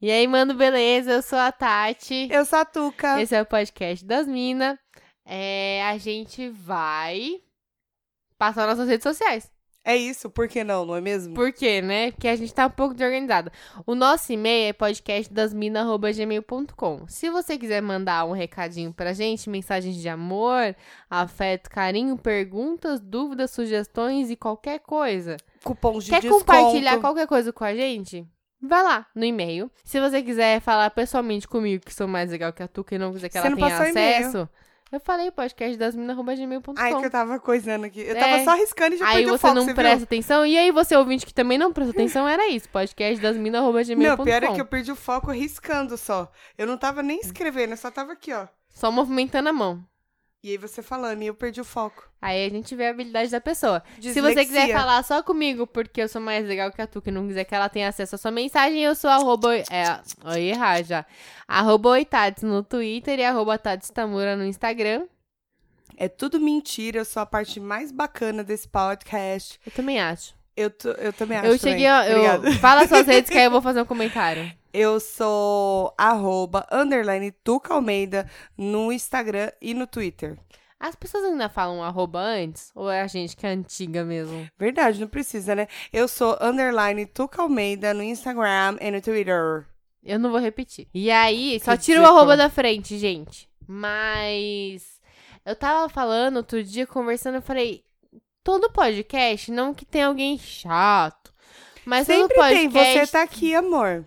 E aí, mano, beleza? Eu sou a Tati. Eu sou a Tuca. Esse é o podcast das Minas. A gente vai passar nossas redes sociais. É isso, por que não, não é mesmo? Por quê, né? Porque a gente tá um pouco desorganizada. O nosso e-mail é podcastdasmina@gmail.com. Se você quiser mandar um recadinho pra gente, mensagens de amor, afeto, carinho, perguntas, dúvidas, sugestões e qualquer coisa. Cupons de Quer desconto. compartilhar qualquer coisa com a gente? Vai lá no e-mail. Se você quiser falar pessoalmente comigo, que sou mais legal que a Tuca e não quiser que Você ela não tenha passou e-mail. acesso, eu falei podcastdasmina@gmail.com. Ai, que eu tava coisando aqui. Eu tava só riscando e já Aí perdi o você foco, não você presta viu? atenção. E aí você ouvinte que também não presta atenção, era isso. podcastdasmina@gmail.com. Não, pior é que eu perdi o foco riscando só. Eu não tava nem escrevendo, eu só tava aqui, ó. Só movimentando a mão. E aí você falando, e eu perdi o foco. Aí a gente vê a habilidade da pessoa. Se Dislexia. você quiser falar só comigo, porque eu sou mais legal que a Tuca e não quiser que ela tenha acesso à sua mensagem, eu sou eu ia errar já. @oitats no Twitter e @tatstamura no Instagram. É tudo mentira, eu sou a parte mais bacana desse podcast. Eu também acho. Eu também acho. Eu cheguei, Obrigada. fala suas redes que aí eu vou fazer um comentário. Eu sou @Tuca Almeida no Instagram e no Twitter. As pessoas ainda falam @ antes? Ou é a gente que é antiga mesmo? Verdade, não precisa, né? Eu sou _Tuca Almeida no Instagram e no Twitter. Eu não vou repetir. E aí, só tira o Ridículo. @ da frente, gente. Mas eu tava falando outro dia, conversando, eu falei, todo podcast, não que tem alguém chato, mas Sempre todo tem, podcast, você tá aqui, amor.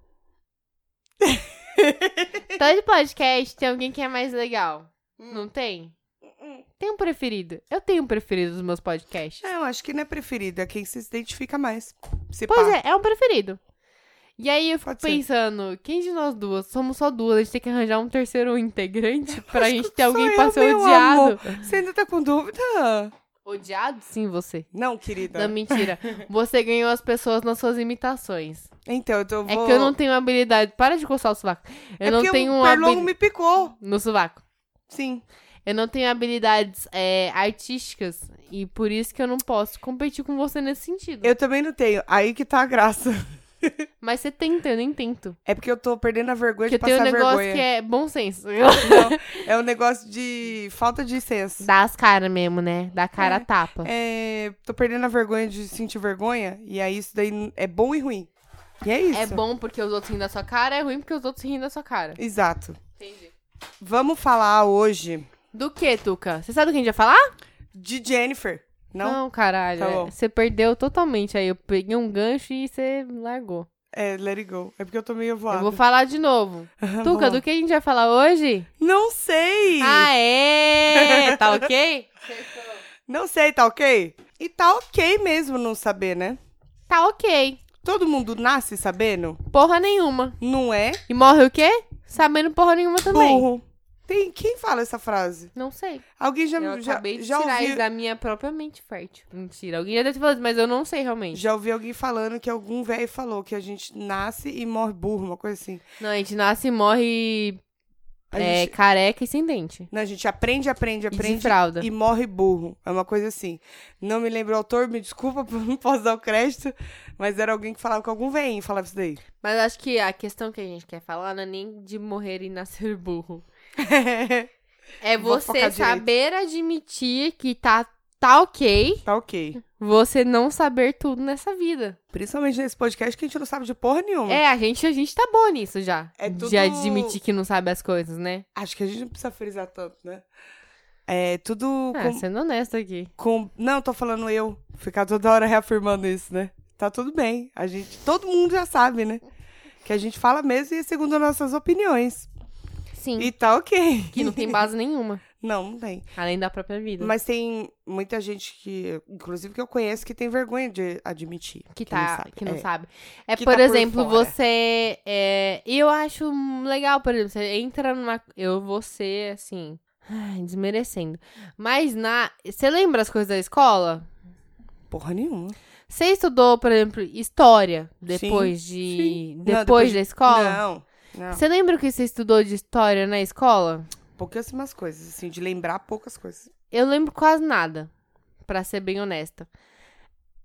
todo podcast tem alguém que é mais legal. Não tem? Tem um preferido. Eu tenho um preferido dos meus podcasts. Não, acho que não é preferido, é quem se identifica mais. Se Pois pá. é um preferido. E aí eu fico Pode ser. pensando, quem de nós duas? Somos só duas, a gente tem que arranjar um terceiro integrante pra Acho gente que ter sou alguém eu, pra ser meu odiado. amor. Você ainda tá com dúvida? Odiado? Sim, você. Não, querida. Não, mentira. Você ganhou as pessoas nas suas imitações. Então, eu vou... É que eu não tenho habilidade. Para de coçar o sovaco. Eu não porque tenho o pernilongo me picou. no sovaco. Sim. Eu não tenho habilidades artísticas. E por isso que eu não posso competir com você nesse sentido. Eu também não tenho. Aí que tá a graça. Mas você tenta, eu nem tento. É porque eu tô perdendo a vergonha Porque de eu tenho passar um negócio vergonha. que é bom senso. Não, é um negócio de falta de senso. Dá as caras mesmo, né? Dá cara a tapa. Tô perdendo a vergonha de sentir vergonha. E aí isso daí é bom e ruim. E é isso. É bom porque os outros riem da sua cara, é ruim porque os outros riem da sua cara. Exato. Entendi. Vamos falar hoje Do que, Tuca? Você sabe do que a gente vai falar? de Jennifer. Não? Caralho. Tá bom. Você perdeu totalmente. Aí eu peguei um gancho e você largou. É, let it go. É porque eu tô meio voada. Eu vou falar de novo. Vamos Tuca, lá. do que a gente vai falar hoje? Não sei! Ah, é? Tá ok? Não sei, tá ok? E tá ok mesmo não saber, né? Tá ok. Todo mundo nasce sabendo? Porra nenhuma. Não é? E morre o quê? Sabendo porra nenhuma também. Burro. Quem fala essa frase? Não sei. Alguém Eu acabei de tirar ouviu... isso da minha própria mente fértil. Mentira. Alguém já deve ter falado, mas eu não sei realmente. Já ouvi alguém falando que algum velho falou que a gente nasce e morre burro, uma coisa assim. Não, a gente nasce e morre A gente... careca e sem dente. Não, a gente aprende E de fralda. e morre burro. É uma coisa assim. Não me lembro o autor, me desculpa, não posso dar o crédito, mas era alguém que falava que algum velhinho falava isso daí. Mas acho que a questão que a gente quer falar não é nem de morrer e nascer burro. É Vou você focar saber admitir que tá ok, Tá ok. você não saber tudo nessa vida. Principalmente nesse podcast que a gente não sabe de porra nenhuma. A gente tá bom nisso já. É tudo- De admitir que não sabe as coisas, né? Acho que a gente não precisa frisar tanto, né? É tudo Sendo honesto aqui. Não, tô falando eu. Ficar toda hora reafirmando isso, né? Tá tudo bem. Todo mundo já sabe, né? Que a gente fala mesmo e é segundo as nossas opiniões. Sim. E tá ok. Que não tem base nenhuma. Não tem. Além da própria vida. Mas tem muita gente que, inclusive que eu conheço, que tem vergonha de admitir. Que não É. sabe. Que Por tá por exemplo, fora. você. E eu acho legal, por exemplo, você entra numa. Eu vou ser assim. Desmerecendo. Mas você lembra as coisas da escola? Porra nenhuma. Você estudou, por exemplo, história depois Sim. Não, depois da escola? Não. Você lembra o que você estudou de história na escola? Pouquíssimas coisas, assim, de lembrar poucas coisas. Eu lembro quase nada, pra ser bem honesta.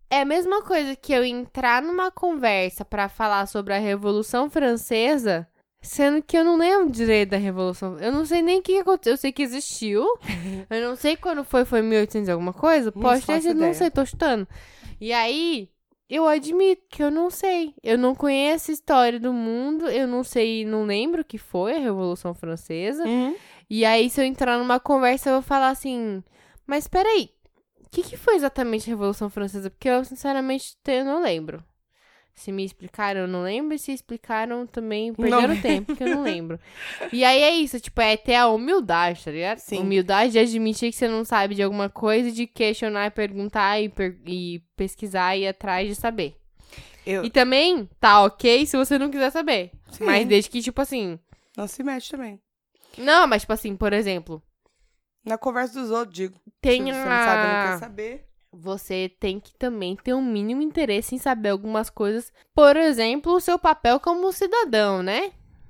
É a mesma coisa que eu entrar numa conversa pra falar sobre a Revolução Francesa, sendo que eu não lembro direito da Revolução. Eu não sei nem o que aconteceu. Eu sei que existiu. Eu não sei quando foi 1800 e alguma coisa. Pode ter sido, não sei, tô chutando. E aí, eu admito que eu não sei. Eu não conheço a história do mundo. Eu não sei, não lembro o que foi a Revolução Francesa. E aí, se eu entrar numa conversa, eu vou falar assim, mas peraí, o que foi exatamente a Revolução Francesa? Porque eu, sinceramente, eu não lembro. Se me explicaram, eu não lembro. E se explicaram, também perderam tempo, porque eu não lembro. E aí é isso, tipo, é ter a humildade, tá ligado? Sim. Humildade de admitir que você não sabe de alguma coisa, de questionar, perguntar e pesquisar e ir atrás de saber. E também tá ok se você não quiser saber. Sim. Mas desde que, tipo assim... Não se mexe também. Não, mas tipo assim, por exemplo... Na conversa dos outros, digo. Tem se você não sabe, não quer saber... Você tem que também ter um mínimo interesse em saber algumas coisas. Por exemplo, o seu papel como cidadão, né?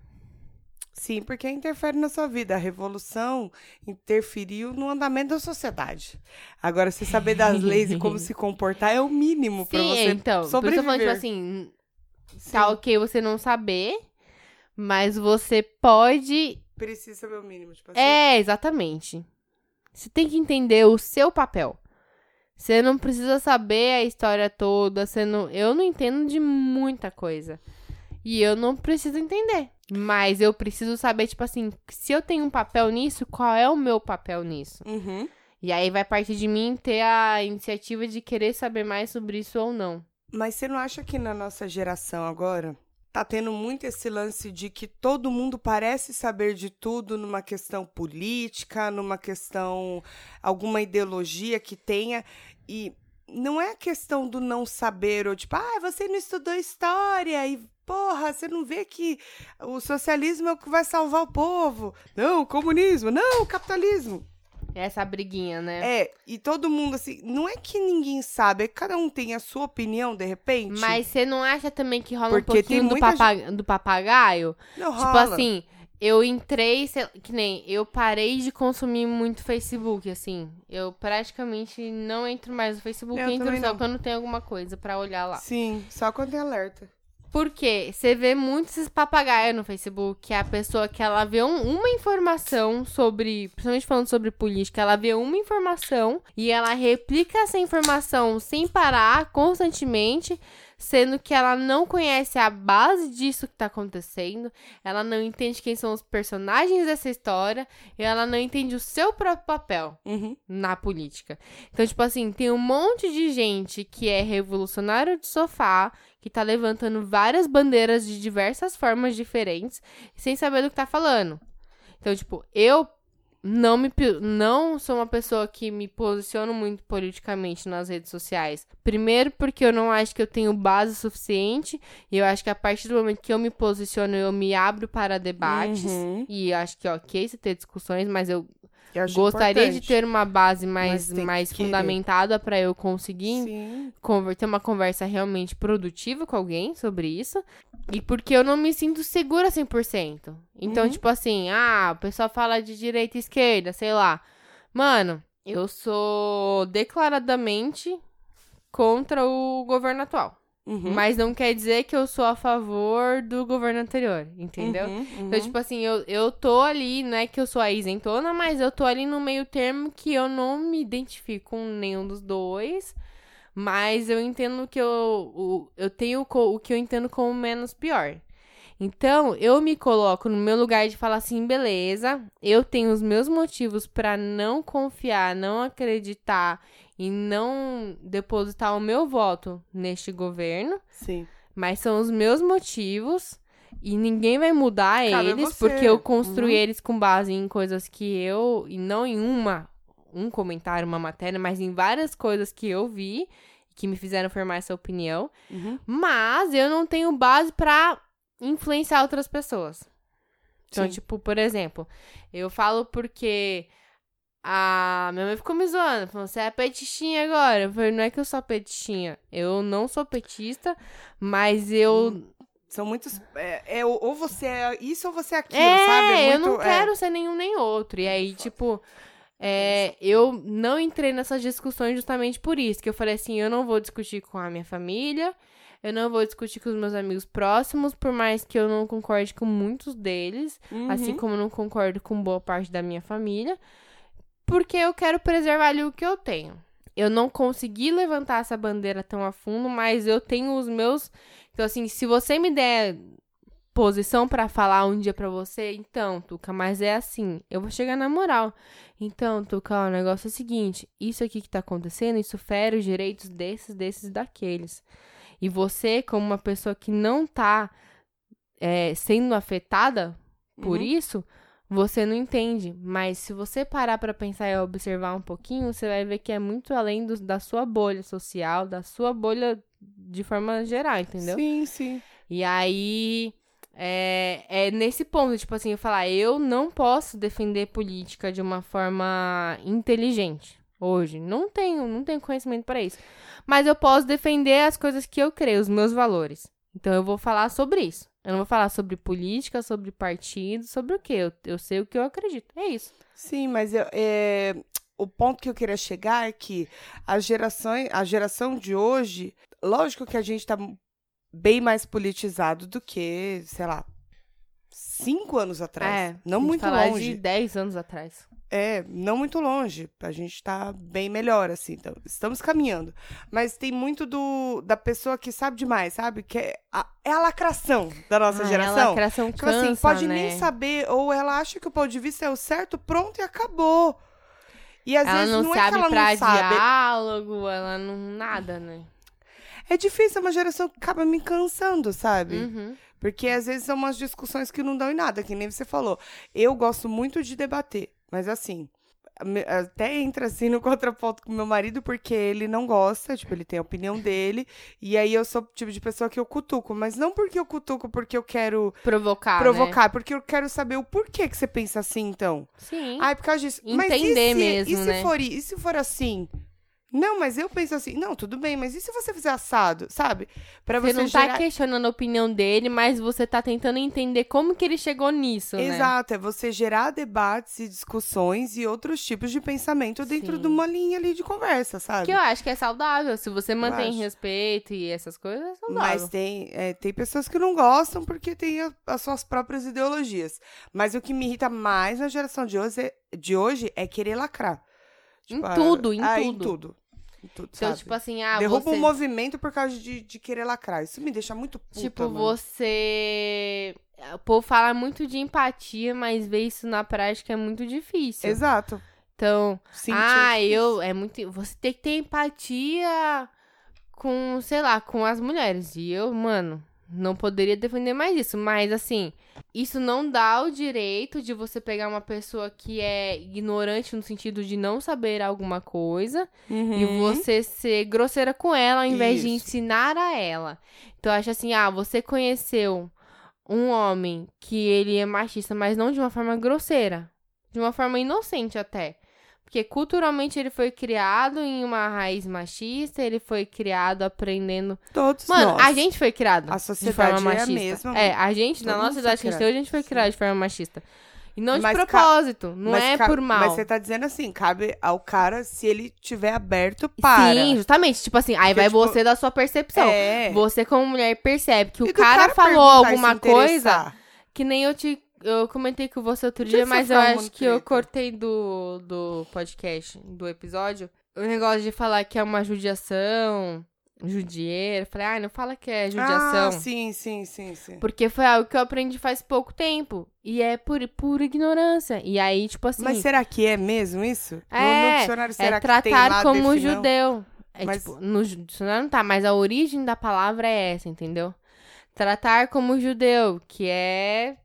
Sim, porque interfere na sua vida. A revolução interferiu no andamento da sociedade. Agora, você saber das leis e como se comportar é o mínimo pra você então, sobreviver. Por isso eu tô falando, tipo assim, tá ok você não saber, mas você pode... Precisa saber o mínimo, tipo assim. É, exatamente. Você tem que entender o seu papel. Você não precisa saber a história toda, eu não entendo de muita coisa. E eu não preciso entender. Mas eu preciso saber, tipo assim, se eu tenho um papel nisso, qual é o meu papel nisso? E aí vai partir de mim ter a iniciativa de querer saber mais sobre isso ou não. Mas você não acha que na nossa geração agora tá tendo muito esse lance de que todo mundo parece saber de tudo numa questão política, numa questão, alguma ideologia que tenha, e não é a questão do não saber, ou tipo, você não estudou história, e porra, você não vê que o socialismo é o que vai salvar o povo. Não, o comunismo, não, o capitalismo. Essa briguinha, né? E todo mundo, assim, não é que ninguém sabe, é que cada um tem a sua opinião, de repente. Mas você não acha também que rola porque um pouquinho do papagaio? Não tipo rola. assim, eu entrei, que nem, eu parei de consumir muito Facebook, assim. Eu praticamente não entro mais no Facebook, eu entro só quando tem alguma coisa pra olhar lá. Sim, só quando tem alerta. Porque você vê muito esses papagaios no Facebook, que é a pessoa que ela vê uma informação sobre, principalmente falando sobre política, ela vê uma informação e ela replica essa informação sem parar, constantemente, sendo que ela não conhece a base disso que tá acontecendo, ela não entende quem são os personagens dessa história e ela não entende o seu próprio papel na política. Então, tipo assim, tem um monte de gente que é revolucionário de sofá, que tá levantando várias bandeiras de diversas formas diferentes, sem saber do que tá falando. Então, tipo, eu não sou uma pessoa que me posiciono muito politicamente nas redes sociais. Primeiro, porque eu não acho que eu tenho base suficiente. E eu acho que a partir do momento que eu me posiciono, eu me abro para debates. E eu acho que é ok você ter discussões, mas eu gostaria de ter uma base mais fundamentada para eu conseguir ter uma conversa realmente produtiva com alguém sobre isso. E porque eu não me sinto segura 100%. Então, tipo assim, o pessoal fala de direita e esquerda, sei lá. Mano, eu sou declaradamente contra o governo atual. Mas não quer dizer que eu sou a favor do governo anterior, entendeu? Então, tipo assim, eu tô ali, não é que eu sou a isentona, mas eu tô ali no meio termo que eu não me identifico com nenhum dos dois, mas eu entendo que eu tenho o que eu entendo como menos pior. Então, eu me coloco no meu lugar de falar assim, beleza, eu tenho os meus motivos pra não confiar, não acreditar e não depositar o meu voto neste governo. Sim. Mas são os meus motivos e ninguém vai mudar eles, porque eu construí eles com base em coisas que e não em um comentário, uma matéria, mas em várias coisas que eu vi, que me fizeram formar essa opinião. Mas eu não tenho base pra influenciar outras pessoas. Então, tipo, por exemplo, eu falo porque a minha mãe ficou me zoando, falou, você é petistinha agora. Eu falei, não é que eu sou petistinha, eu não sou petista, mas eu... São muitos... ou você é isso ou você é aquilo, sabe? Eu não quero ser nenhum nem outro. E aí, tipo, Eu não entrei nessas discussões justamente por isso. Que eu falei assim, eu não vou discutir com a minha família, eu não vou discutir com os meus amigos próximos, por mais que eu não concorde com muitos deles, assim como eu não concordo com boa parte da minha família, porque eu quero preservar ali o que eu tenho. Eu não consegui levantar essa bandeira tão a fundo, mas eu tenho os meus... Então, assim, se você me der posição pra falar um dia pra você, então, Tuca, mas é assim, eu vou chegar na moral. Então, Tuca, ó, o negócio é o seguinte, isso aqui que tá acontecendo, isso fere os direitos desses e daqueles. E você, como uma pessoa que não tá sendo afetada por isso, você não entende. Mas se você parar pra pensar e observar um pouquinho, você vai ver que é muito além da sua bolha social, da sua bolha de forma geral, entendeu? Sim, sim. E aí... É nesse ponto, tipo assim, eu falar, eu não posso defender política de uma forma inteligente hoje. Não tenho conhecimento para isso. Mas eu posso defender as coisas que eu creio, os meus valores. Então eu vou falar sobre isso. Eu não vou falar sobre política, sobre partido, sobre o quê? Eu sei o que eu acredito. É isso. Sim, mas o ponto que eu queria chegar é que a geração de hoje, lógico que a gente tá bem mais politizado do que, sei lá, 5 anos atrás. Não muito falar longe. De 10 anos atrás. Não muito longe. A gente tá bem melhor, assim. Então, estamos caminhando. Mas tem muito da pessoa que sabe demais, sabe? Que é a lacração da nossa geração. A lacração tipo cansa, assim, pode né? nem saber, ou ela acha que o ponto de vista é o certo, pronto, e acabou. E às ela vezes não não sabe é que ela pra não sabe. diálogo, ela não... Nada, né? É difícil, é uma geração que acaba me cansando, sabe? Uhum. Porque às vezes são umas discussões que não dão em nada, que nem você falou. Eu gosto muito de debater, mas assim, até entra assim no contraponto com meu marido, porque ele não gosta, tipo, ele tem a opinião dele, e aí eu sou o tipo de pessoa que eu cutuco, mas não porque eu cutuco porque eu quero provocar, né? porque eu quero saber o porquê que você pensa assim, então. Sim. Ai, por causa disso. Entender mesmo, e se né? E se for assim? Não, mas eu penso assim, não, tudo bem, mas e se você fizer assado, sabe? Pra Você não gerar... tá questionando a opinião dele, mas você tá tentando entender como que ele chegou nisso, né? Exato, é você gerar debates e discussões e outros tipos de pensamento dentro de uma linha ali de conversa, sabe? Que eu acho que é saudável, se você mantém respeito e essas coisas, é saudável. Mas tem pessoas que não gostam porque tem as suas próprias ideologias. Mas o que me irrita mais na geração de hoje é querer lacrar. Tipo, Em tudo. Em tudo, então, sabe? tipo assim, derruba um movimento por causa de querer lacrar. Isso me deixa muito puta, tipo, mano. O povo fala muito de empatia, mas ver isso na prática é muito difícil. Exato. Então, você tem que ter empatia com, sei lá, com as mulheres. E eu, mano, não poderia defender mais isso. Mas, assim, isso não dá o direito de você pegar uma pessoa que é ignorante no sentido de não saber alguma coisa e você ser grosseira com ela ao invés de ensinar a ela. Então, eu acho assim, você conheceu um homem que ele é machista, mas não de uma forma grosseira. De uma forma inocente até. Porque culturalmente ele foi criado em uma raiz machista, ele foi criado aprendendo... Todos Mano, nós. a gente foi criado a de sociedade forma machista. É a mesma. A gente, na nossa idade que a gente tem hoje, a gente foi criado de forma machista. E não de propósito, não é por mal. Mas você tá dizendo assim, cabe ao cara se ele tiver aberto para. Sim, justamente. Tipo assim, aí vai você da sua percepção. Você como mulher percebe que o cara falou alguma coisa que nem eu comentei com você outro dia, mas eu acho que eu cortei do podcast, do episódio. O negócio de falar que é uma judiação, judieira. Falei, não fala que é judiação. Sim. Porque foi algo que eu aprendi faz pouco tempo. E é por ignorância. E aí, tipo assim... Mas será que é mesmo isso? No dicionário, será que tem tratar lá como definição? judeu. Tipo, no dicionário não tá, mas a origem da palavra é essa, entendeu? Tratar como judeu, que é...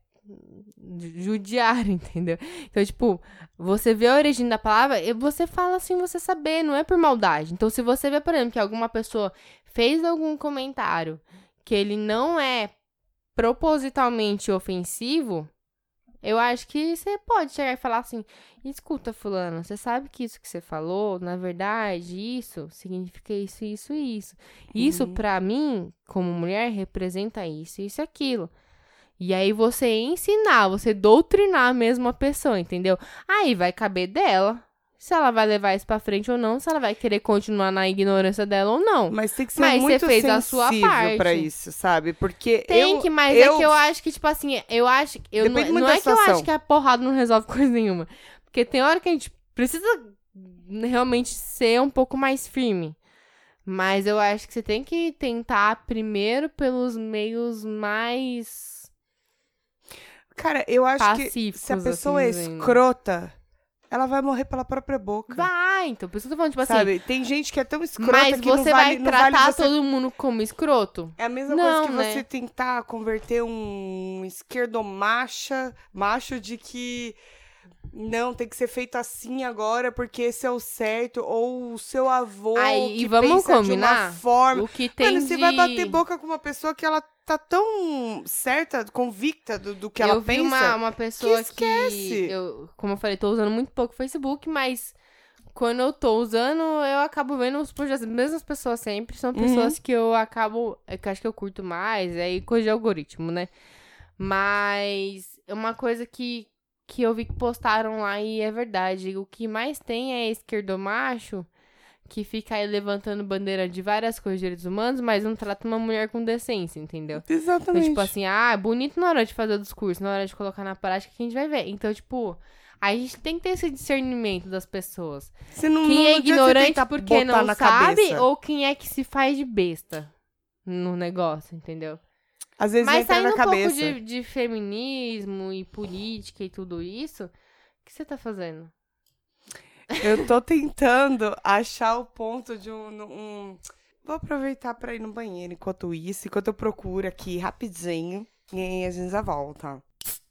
judiar, entendeu? Então, tipo, você vê a origem da palavra e você fala assim, você saber, não é por maldade. Então, se você vê, por exemplo, que alguma pessoa fez algum comentário que ele não é propositalmente ofensivo, eu acho que você pode chegar e falar assim, escuta, fulano, você sabe que isso que você falou, na verdade, isso significa isso, isso e isso. Isso, pra mim, como mulher, representa isso, isso e aquilo. E aí você ensinar, você doutrinar mesmo a pessoa, entendeu? Aí vai caber dela se ela vai levar isso pra frente ou não, se ela vai querer continuar na ignorância dela ou não. Mas tem que ser Mas muito você fez a sua sensível parte. pra isso, sabe? Porque Mas é que eu acho que, tipo assim, Depende muito não da é que eu situação. acho que a porrada não resolve coisa nenhuma. Porque tem hora que a gente precisa realmente ser um pouco mais firme. Mas eu acho que você tem que tentar primeiro pelos meios mais Cara, eu acho pacíficos, que se a pessoa assim é dizendo. escrota, ela vai morrer pela própria boca. Vai, então, por isso que eu tô falando, tipo Sabe? assim, Tem gente que é tão escrota mas que não você vale, vai não vale tratar você... todo mundo como escroto? É a mesma Não, coisa que né? você tentar converter um macho de que não, tem que ser feito assim agora porque esse é o certo, ou o seu avô Aí, que e vamos pensa combinar de uma forma. o que tem Mano, você vai bater boca com uma pessoa que ela tá tão certa, convicta do que ela eu vi pensa. uma pessoa que esquece. como eu falei, tô usando muito pouco o Facebook, mas quando eu tô usando, eu acabo vendo os posts das mesmas pessoas sempre. São pessoas que eu acabo, que eu acho que eu curto mais, aí coisa de algoritmo, né? Mas é uma coisa que eu vi que postaram lá e é verdade. O que mais tem é esquerdomacho que fica aí levantando bandeira de várias coisas de direitos humanos, mas não trata uma mulher com decência, entendeu? Exatamente. Então, tipo assim, bonito na hora de fazer o discurso, na hora de colocar na prática que a gente vai ver. Então, tipo, a gente tem que ter esse discernimento das pessoas. Você não, Quem não é adianta você ignorante tentar porque botar não na sabe, cabeça. ou quem é que se faz de besta no negócio, entendeu? Às vezes Mas entra saindo na um pouco cabeça. de feminismo e política e tudo isso, o que você tá fazendo? Eu tô tentando achar o ponto de Vou aproveitar pra ir no banheiro enquanto eu procuro aqui rapidinho. E aí a gente já volta.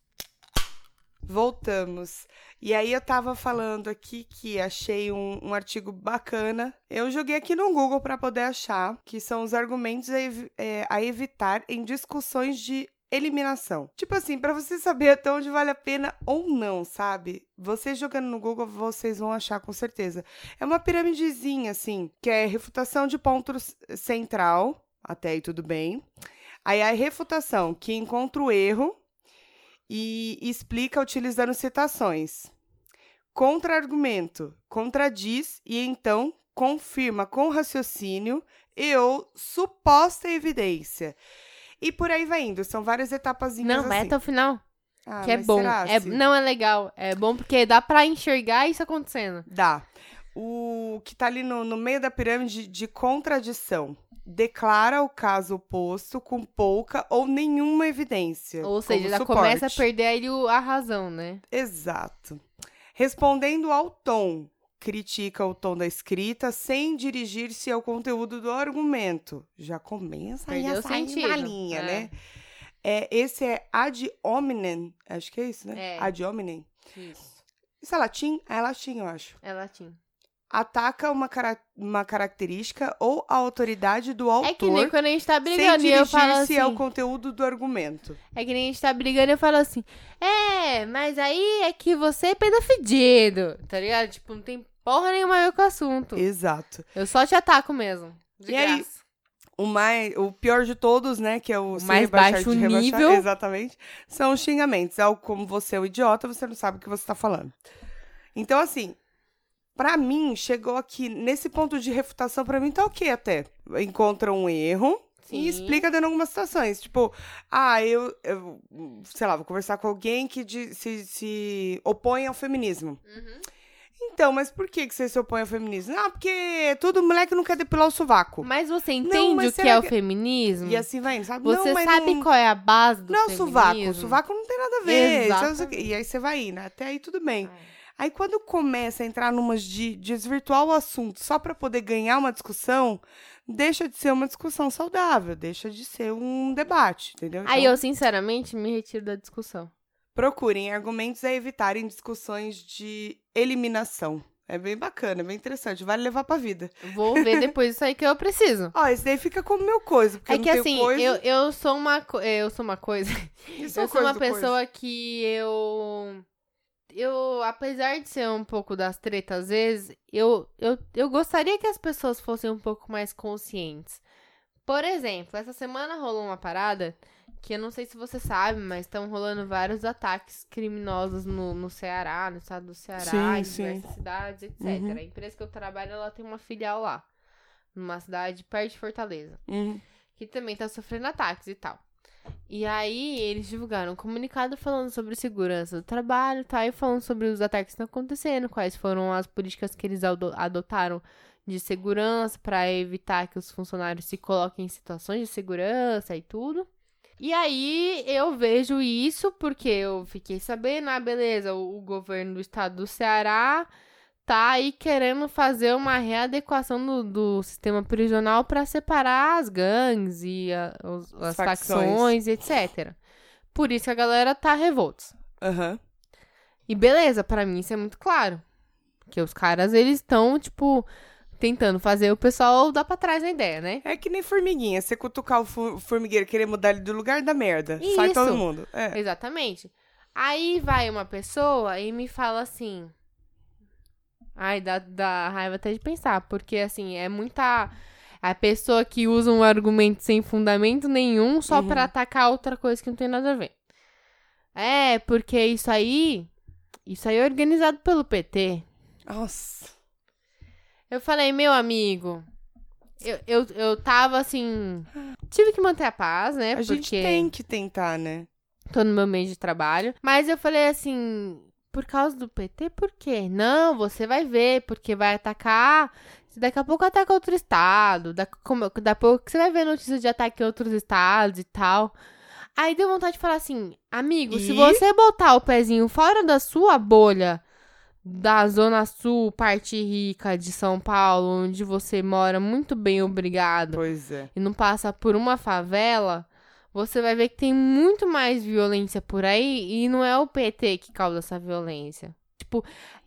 Voltamos. E aí eu tava falando aqui que achei um artigo bacana. Eu joguei aqui no Google pra poder achar, que são os argumentos a evitar em discussões de eliminação. Tipo assim, pra você saber até onde vale a pena ou não, sabe? Vocês jogando no Google, vocês vão achar com certeza. É uma piramidezinha, assim, que é refutação de ponto central, até aí tudo bem. Aí a refutação, que encontra o erro e explica utilizando citações. Contra-argumento, contradiz e então confirma com raciocínio e ou suposta evidência. E por aí vai indo, são várias etapazinhas Não, assim. vai até o final. Que é mas bom. será, assim? Não, é legal. É bom porque dá pra enxergar isso acontecendo. Dá. O que tá ali no meio da pirâmide de contradição. Declara o caso oposto com pouca ou nenhuma evidência. Ou seja, como já suporte. começa a perder aí a razão, né? Exato. Respondendo ao tom. Critica o tom da escrita sem dirigir-se ao conteúdo do argumento. Já começa aí Perdeu a sair sentido. na linha, né? Esse é ad hominem, acho que é isso, né? É. Ad hominem. Isso. Isso é latim? É latim, eu acho. É latim. Ataca uma característica ou a autoridade do autor É que nem quando a gente tá sem brigando e eu falo dirigir-se assim... ao conteúdo do argumento. É que nem a gente tá brigando e eu falo assim... mas aí é que você é peida fedido, tá ligado? Tipo, não tem porra nenhuma a ver com o assunto. Exato. Eu só te ataco mesmo. De E aí, graça. O pior de todos, né, que é o se mais rebaixar baixo de rebaixar, nível. exatamente, são os xingamentos. Como você é um idiota, você não sabe o que você tá falando. Então, assim, pra mim, chegou aqui, nesse ponto de refutação, pra mim tá ok até. Encontra um erro Sim. e explica dando algumas situações. Tipo, eu sei lá, vou conversar com alguém que se opõe ao feminismo. Uhum. Então, mas por que você se opõe ao feminismo? Porque todo moleque não quer depilar o sovaco. Mas você entende mas o que será é o que- feminismo? E assim vai indo, sabe? Você não, mas sabe não... qual é a base do Não é o feminismo? sovaco. O sovaco não tem nada a ver. Exatamente. E aí você vai indo. Até aí tudo bem. É. Aí quando começa a entrar numas de desvirtuar o assunto só pra poder ganhar uma discussão, deixa de ser uma discussão saudável. Deixa de ser um debate, entendeu? Aí Então, eu, sinceramente, me retiro da discussão. procurem argumentos a evitarem discussões de eliminação. É bem bacana, é bem interessante. Vale levar pra vida. Vou ver depois isso aí que eu preciso. Ó, esse daí fica como meu coisa, porque É eu não que tenho assim, coisa. eu sou uma coisa. Isso é Eu sou coisa uma do pessoa que eu, apesar de ser um pouco das tretas às vezes, eu gostaria que as pessoas fossem um pouco mais conscientes. Por exemplo, essa semana rolou uma parada que eu não sei se você sabe, mas estão rolando vários ataques criminosos no Ceará, no estado do Ceará, em diversas cidades, etc. A empresa que eu trabalho, ela tem uma filial lá, numa cidade perto de Fortaleza, que também tá sofrendo ataques e tal. E aí, eles divulgaram um comunicado falando sobre segurança do trabalho, tá? E falando sobre os ataques que estão acontecendo, quais foram as políticas que eles adotaram de segurança para evitar que os funcionários se coloquem em situações de segurança e tudo. E aí, eu vejo isso porque eu fiquei sabendo, beleza, o governo do estado do Ceará tá aí querendo fazer uma readequação do sistema prisional para separar as gangues e as facções, etc. Por isso que a galera tá revolta. E beleza, pra mim isso é muito claro. Porque os caras, eles estão, tipo, tentando fazer o pessoal dar pra trás na ideia, né? É que nem formiguinha. Você cutucar o formigueiro, querer mudar ele do lugar, dá merda. Isso. Sai todo mundo. Exatamente. Aí vai uma pessoa e me fala assim... Ai, dá raiva até de pensar, porque, assim, é muita... A pessoa que usa um argumento sem fundamento nenhum só pra atacar outra coisa que não tem nada a ver. Porque isso aí é organizado pelo PT. Nossa. Eu falei, meu amigo, eu tava, assim... Tive que manter a paz, né? A gente tem que tentar, né? Tô no meu meio de trabalho. Mas eu falei, assim... Por causa do PT, por quê? Não, você vai ver, porque vai atacar... Daqui a pouco ataca outro estado. Daqui a pouco você vai ver notícias de ataque em outros estados e tal. Aí deu vontade de falar assim... Amigo, se você botar o pezinho fora da sua bolha... Da Zona Sul, parte rica de São Paulo... Onde você mora muito bem, obrigado. Pois é. E não passa por uma favela... Você vai ver que tem muito mais violência por aí e não é o PT que causa essa violência. Tipo,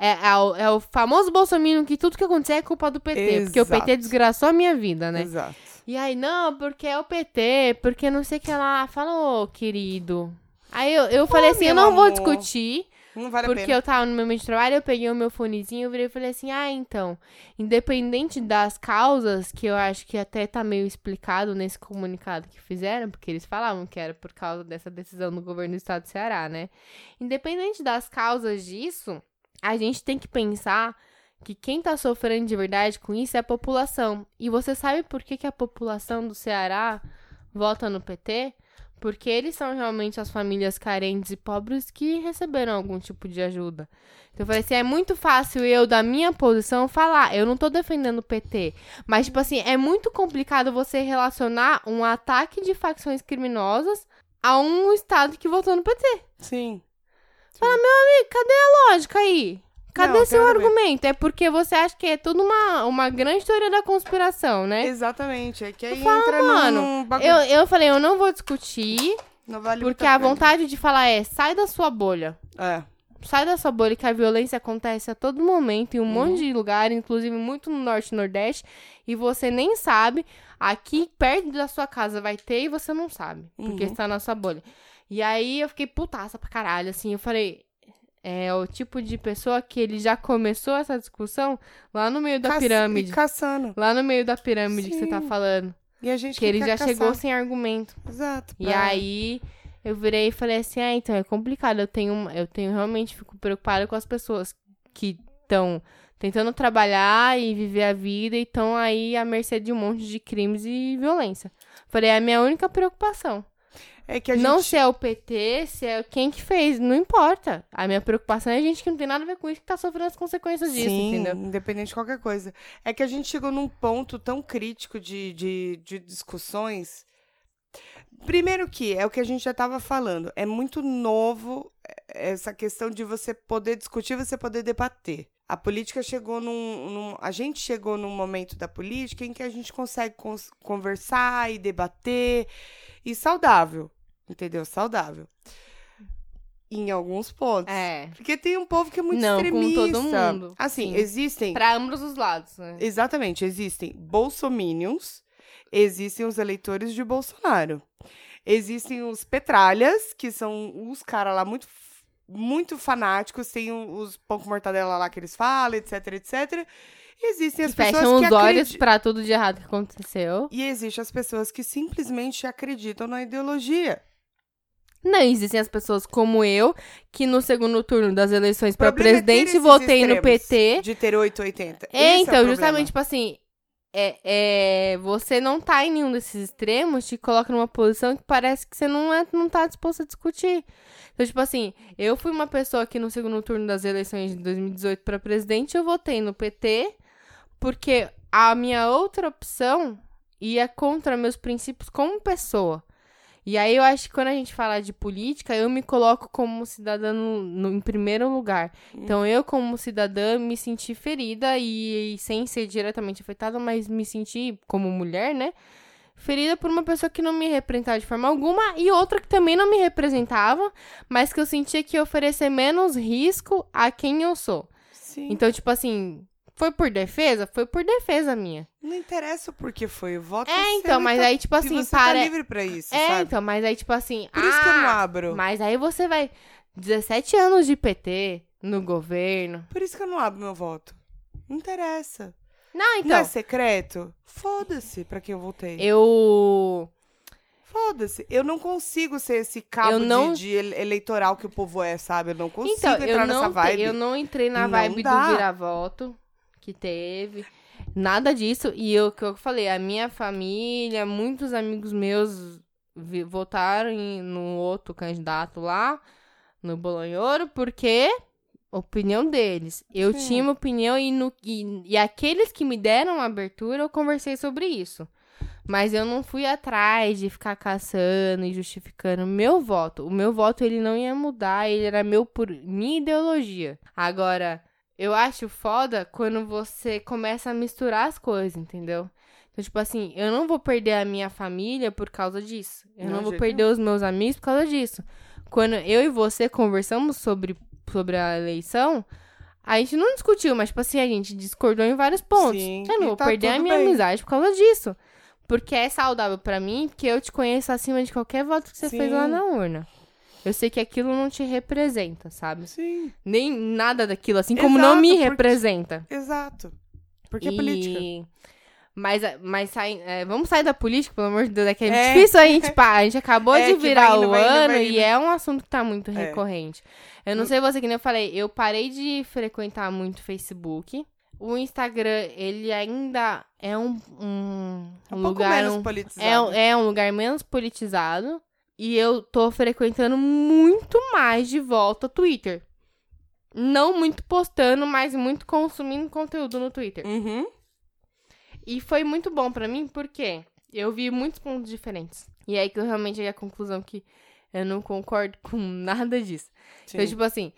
é o famoso bolsominion que tudo que acontecer é culpa do PT. Exato. Porque o PT desgraçou a minha vida, né? Exato. E aí, não, porque é o PT, porque não sei o que lá. Falou, querido. Aí eu falei assim, eu não vou discutir. Não vale a pena. Porque eu tava no meu meio de trabalho, eu peguei o meu fonezinho, eu virei e falei assim, então, independente das causas, que eu acho que até tá meio explicado nesse comunicado que fizeram, porque eles falavam que era por causa dessa decisão do governo do estado do Ceará, né? Independente das causas disso, a gente tem que pensar que quem tá sofrendo de verdade com isso é a população. E você sabe por que a população do Ceará vota no PT? Porque eles são realmente as famílias carentes e pobres que receberam algum tipo de ajuda. Então eu falei assim, é muito fácil eu, da minha posição, falar, eu não tô defendendo o PT. Mas, tipo assim, é muito complicado você relacionar um ataque de facções criminosas a um estado que votou no PT. Sim. Fala, meu amigo, cadê a lógica aí? Cadê seu argumento? É porque você acha que é tudo uma grande teoria da conspiração, né? Exatamente. É que aí entra num bagulho. Eu falei, eu não vou discutir, Não vale porque a vontade de falar sai da sua bolha. Sai da sua bolha, que a violência acontece a todo momento, em um monte de lugar, inclusive muito no Norte e Nordeste, e você nem sabe. Aqui, perto da sua casa, vai ter e você não sabe, porque está na sua bolha. E aí, eu fiquei putaça pra caralho, assim, eu falei... É o tipo de pessoa que ele já começou essa discussão lá no meio da pirâmide. Caçando. Lá no meio da pirâmide que você tá falando. E a gente que ele já chegou sem argumento. Exato. E aí, eu virei e falei assim, então, é complicado. Eu tenho realmente, fico preocupada com as pessoas que estão tentando trabalhar e viver a vida e estão aí à mercê de um monte de crimes e violência. Falei, é a minha única preocupação. É que a gente... Não se é o PT, se é quem que fez, não importa. A minha preocupação é a gente que não tem nada a ver com isso, que tá sofrendo as consequências disso, entendeu? Independente de qualquer coisa. É que a gente chegou num ponto tão crítico de discussões. Primeiro que, é o que a gente já tava falando, é muito novo essa questão de você poder discutir, você poder debater. A política chegou a gente chegou num momento da política em que a gente consegue conversar e debater, e saudável, entendeu? Saudável. Em alguns pontos. Porque tem um povo que é muito extremista. Com todo mundo. Assim, sim. Existem... Pra ambos os lados, né? Exatamente. Existem bolsominions, existem os eleitores de Bolsonaro. Existem os petralhas, que são os caras lá muito fanáticos, tem os pão com mortadela lá que eles falam, etc, etc. E existem as pessoas fecham que os olhos pra tudo de errado que aconteceu. E existem as pessoas que simplesmente acreditam na ideologia. Não, existem as pessoas como eu, que no segundo turno das eleições O pra problema é ter presidente esses votei no extremos PT. De ter 880. Então, justamente, tipo assim, você não tá em nenhum desses extremos, te coloca numa posição que parece que você não tá disposto a discutir. Então, tipo assim, eu fui uma pessoa que no segundo turno das eleições de 2018 pra presidente, eu votei no PT, porque a minha outra opção ia contra meus princípios como pessoa. E aí eu acho que quando a gente fala de política, eu me coloco como cidadã em primeiro lugar. Então eu, como cidadã, me senti ferida e sem ser diretamente afetada, mas me senti, como mulher, né? Ferida por uma pessoa que não me representava de forma alguma e outra que também não me representava, mas que eu sentia que ia oferecer menos risco a quem eu sou. Sim. Então, tipo assim, foi por defesa? Foi por defesa minha. Não interessa o porquê foi. O voto Então, mas aí, tipo assim, você tá livre pra isso, sabe? então, mas aí, tipo assim... Por isso que eu não abro. Mas aí você vai... 17 anos de PT no governo... Por isso que eu não abro meu voto. Não interessa. Não, então... Não é secreto? Foda-se pra quem eu votei. Foda-se. Eu não consigo ser esse cabo de eleitoral que o povo é, sabe? Eu não consigo entrar nessa vibe. Eu não entrei na vibe do vira-voto que teve. Nada disso. E o que eu falei, a minha família, muitos amigos meus votaram no outro candidato lá, no Bolonhoro, porque... opinião deles. Eu tinha uma opinião e aqueles que me deram abertura, eu conversei sobre isso. Mas eu não fui atrás de ficar caçando e justificando o meu voto. O meu voto, ele não ia mudar, ele era meu por minha ideologia. Agora, eu acho foda quando você começa a misturar as coisas, entendeu? Então, tipo assim, eu não vou perder a minha família por causa disso. Eu não vou perder os meus amigos por causa disso. Quando eu e você conversamos sobre a eleição, a gente não discutiu, mas, tipo assim, a gente discordou em vários pontos. Sim, eu não vou perder a minha amizade por causa disso. Porque é saudável pra mim, porque eu te conheço acima de qualquer voto que você fez lá na urna. Eu sei que aquilo não te representa, sabe? Sim. Nem nada daquilo, assim como não me representa. Exato. Porque é política. Mas vamos sair da política, pelo amor de Deus, é que é difícil a gente acabou de virar o ano e é um assunto que tá muito recorrente. Eu não sei você, que nem eu falei, eu parei de frequentar muito Facebook. O Instagram, ele ainda é um lugar... menos politizado. É um lugar menos politizado. E eu tô frequentando muito mais de volta o Twitter. Não muito postando, mas muito consumindo conteúdo no Twitter. Uhum. E foi muito bom pra mim, porque eu vi muitos pontos diferentes. E aí que eu realmente cheguei à conclusão que eu não concordo com nada disso. Sim. Então, tipo assim,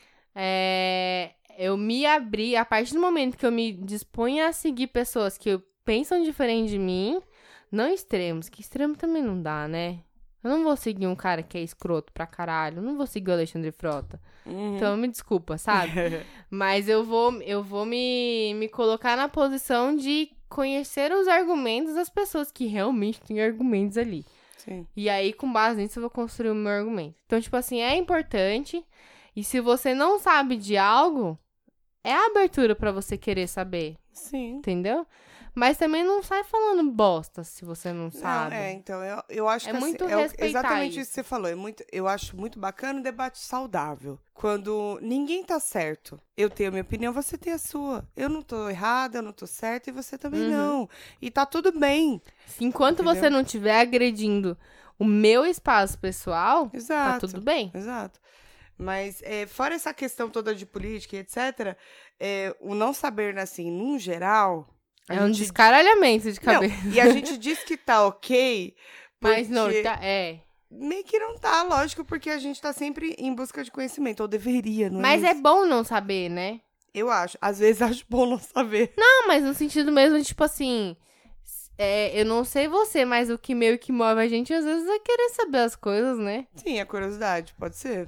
eu me abri, a partir do momento que eu me disponho a seguir pessoas que pensam diferente de mim, não extremos, que extremo também não dá, né? Eu não vou seguir um cara que é escroto pra caralho, eu não vou seguir o Alexandre Frota. Uhum. Então, me desculpa, sabe? Mas eu vou me colocar na posição de conhecer os argumentos das pessoas que realmente têm argumentos ali. Sim. E aí, com base nisso, eu vou construir o meu argumento. Então, tipo assim, é importante. E se você não sabe de algo, é a abertura pra você querer saber. Sim. Entendeu? Mas também não sai falando bosta se você não sabe. Então, eu acho que muito assim, respeitar exatamente isso que você falou. Eu acho muito bacana o debate saudável. Quando ninguém tá certo. Eu tenho a minha opinião, você tem a sua. Eu não tô errada, eu não tô certa e você também não. E tá tudo bem. Enquanto você não estiver agredindo o meu espaço pessoal, Exato. tá tudo bem. Exato. Mas, fora essa questão toda de política e etc., o não saber, assim, num geral... É um descaralhamento de cabeça. Não, e a gente diz que tá ok, mas não, tá, meio que não tá, lógico, porque a gente tá sempre em busca de conhecimento, ou deveria, não é? Mas é bom não saber, né? Eu acho. Às vezes acho bom não saber. Não, mas no sentido mesmo, tipo assim... eu não sei você, mas o que meio que move a gente, às vezes, é querer saber as coisas, né? Sim, a curiosidade. Pode ser.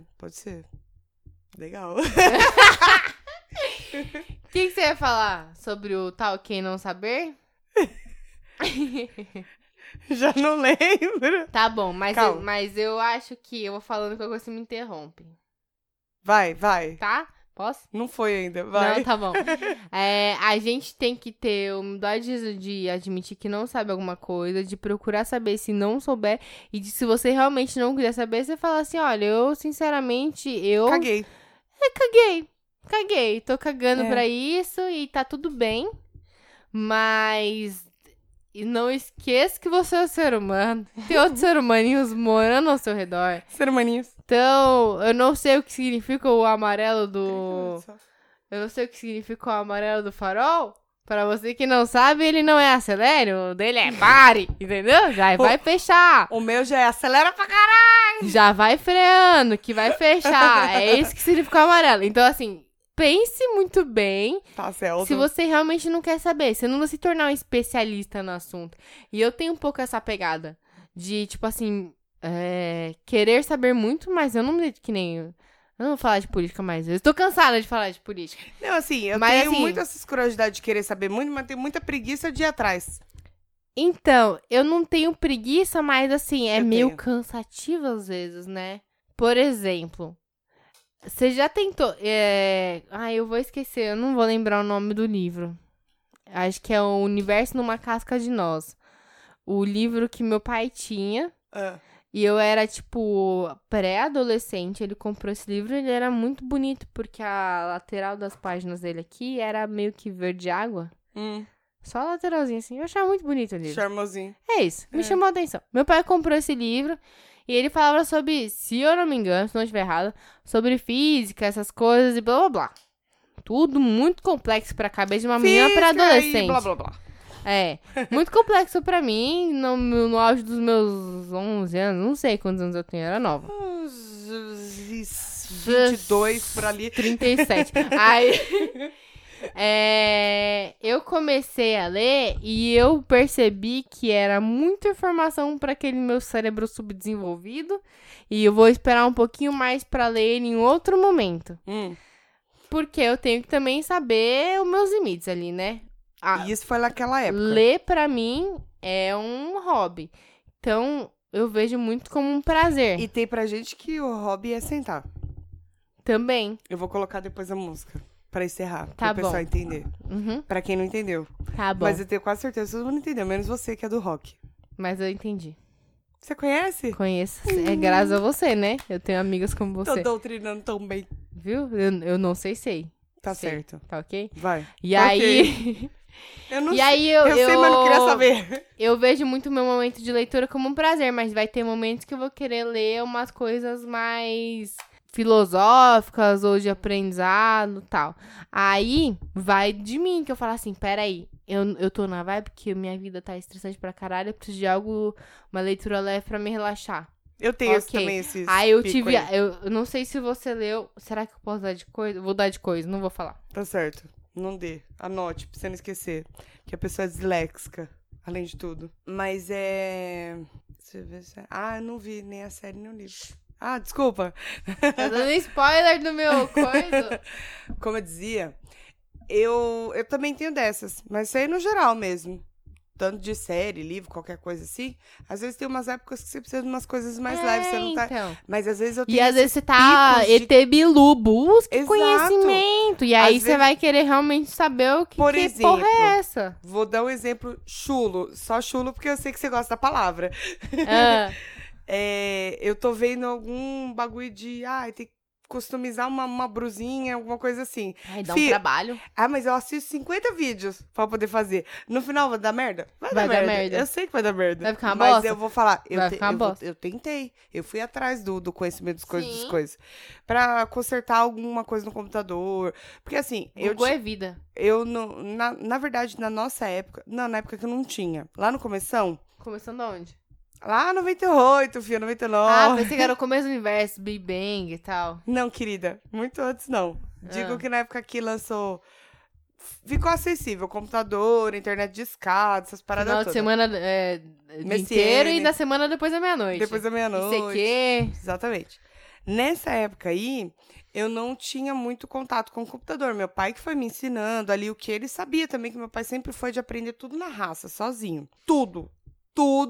Legal. O que você ia falar sobre o tal quem não saber? Já não lembro. Tá bom, mas eu acho que eu vou falando que você me interrompe. Vai. Tá? Posso? Não foi ainda, vai. Não, tá bom. A gente tem que ter humildade de admitir que não sabe alguma coisa, de procurar saber se não souber, e de se você realmente não quiser saber, você fala assim, olha, eu, sinceramente, Caguei. Caguei. Tô cagando pra isso e tá tudo bem, mas... E não esqueça que você é um ser humano. Tem outros ser humaninhos morando ao seu redor. Ser humaninhos. Então, eu não sei o que significa o amarelo do... Eu não sei o que significa o amarelo do farol. Pra você que não sabe, ele não é acelere, o dele é pare, entendeu? Já vai fechar. O meu já é acelera pra caralho. Já vai freando, que vai fechar. É isso que significa o amarelo. Então, assim... Pense muito bem se você realmente não quer saber. Você não vai se tornar um especialista no assunto. E eu tenho um pouco essa pegada de, tipo assim, querer saber muito, mas eu não me que nem... Eu não vou falar de política mais. Eu estou cansada de falar de política. Não, assim, eu tenho muito essa curiosidade de querer saber muito, mas tenho muita preguiça de ir atrás. Então, eu não tenho preguiça, mas assim, meio cansativo às vezes, né? Por exemplo... Você já tentou... eu vou esquecer, eu não vou lembrar o nome do livro. Acho que é O Universo numa Casca de Nós. O livro que meu pai tinha. E eu era, tipo, pré-adolescente. Ele comprou esse livro e ele era muito bonito, porque a lateral das páginas dele aqui era meio que verde água. Só a lateralzinha, assim. Eu achava muito bonito o livro. Charmosinho. É isso, me chamou a atenção. Meu pai comprou esse livro... E ele falava sobre, se eu não me engano, se não estiver errado, sobre física, essas coisas e blá, blá, blá. Tudo muito complexo pra cabeça de uma menina pra adolescente. E blá, blá, blá. Muito complexo pra mim, no auge dos meus 11 anos, não sei quantos anos eu tenho, era nova. Uns 22 por ali. 37. Aí... eu comecei a ler e eu percebi que era muita informação para aquele meu cérebro subdesenvolvido e eu vou esperar um pouquinho mais para ler em outro momento. Porque eu tenho que também saber os meus limites ali, né? E isso foi naquela época. Ler para mim é um hobby. Então, eu vejo muito como um prazer. E tem pra gente que o hobby é sentar. Também. Eu vou colocar depois a música. Pra encerrar, Tá o pessoal entender. Pra quem não entendeu. Tá bom. Mas eu tenho quase certeza que todo mundo entendeu, menos você que é do rock. Mas eu entendi. Você conhece? Conheço. É graças a você, né? Eu tenho amigas como você. Tô doutrinando tão bem. Viu? Eu não sei. Tá certo. Tá ok? Vai. E aí... Eu não e sei. aí Eu sei, mas não queria saber. Eu vejo muito o meu momento de leitura como um prazer, mas vai ter momentos que eu vou querer ler umas coisas mais... filosóficas ou de aprendizado e tal. Aí, vai de mim que eu falo assim, peraí, eu tô na vibe porque minha vida tá estressante pra caralho, eu preciso de algo, uma leitura leve pra me relaxar. Eu tenho também esses Aí eu tive, eu não sei se você leu, será que eu posso dar de coisa? Vou dar de coisa, não vou falar. Tá certo, não dê, anote pra você não esquecer, que a pessoa é disléxica, além de tudo. Mas deixa eu ver se... eu não vi nem a série nem o livro. Desculpa. Tá dando spoiler do meu coisa. Como eu dizia, eu também tenho dessas, mas isso aí no geral mesmo. Tanto de série, livro, qualquer coisa assim. Às vezes tem umas épocas que você precisa de umas coisas mais leves, você não tá... Então. Mas às vezes eu tenho E às vezes você tá ET Bilu, busque conhecimento. E aí você vai querer realmente saber o que, por que exemplo, porra é essa. Vou dar um exemplo chulo. Só chulo porque eu sei que você gosta da palavra. Eu tô vendo algum bagulho de... tem que customizar uma brusinha, alguma coisa assim. Dá um trabalho. Mas eu assisto 50 vídeos pra poder fazer. No final vai dar merda? Vai dar merda. Eu sei que vai dar merda. Vai ficar uma bosta? Mas eu vou falar. Eu tentei. Eu fui atrás do conhecimento das coisas. Pra consertar alguma coisa no computador. Porque assim... Google é vida. Na verdade, na nossa época... Não, na época que eu não tinha. Lá no começão... Começando aonde? Lá 98, filho, 99. Pensei que era o começo do universo, Big Bang e tal. Não, querida, muito antes não. Digo que na época que lançou... Ficou acessível, computador, internet de escada, essas paradas todas. Final de semana dia inteiro e na semana depois da meia-noite. Depois da meia-noite. Não sei o quê. Exatamente. Nessa época aí, eu não tinha muito contato com o computador. Meu pai que foi me ensinando ali o que ele sabia também, que meu pai sempre foi de aprender tudo na raça, sozinho. Tudo.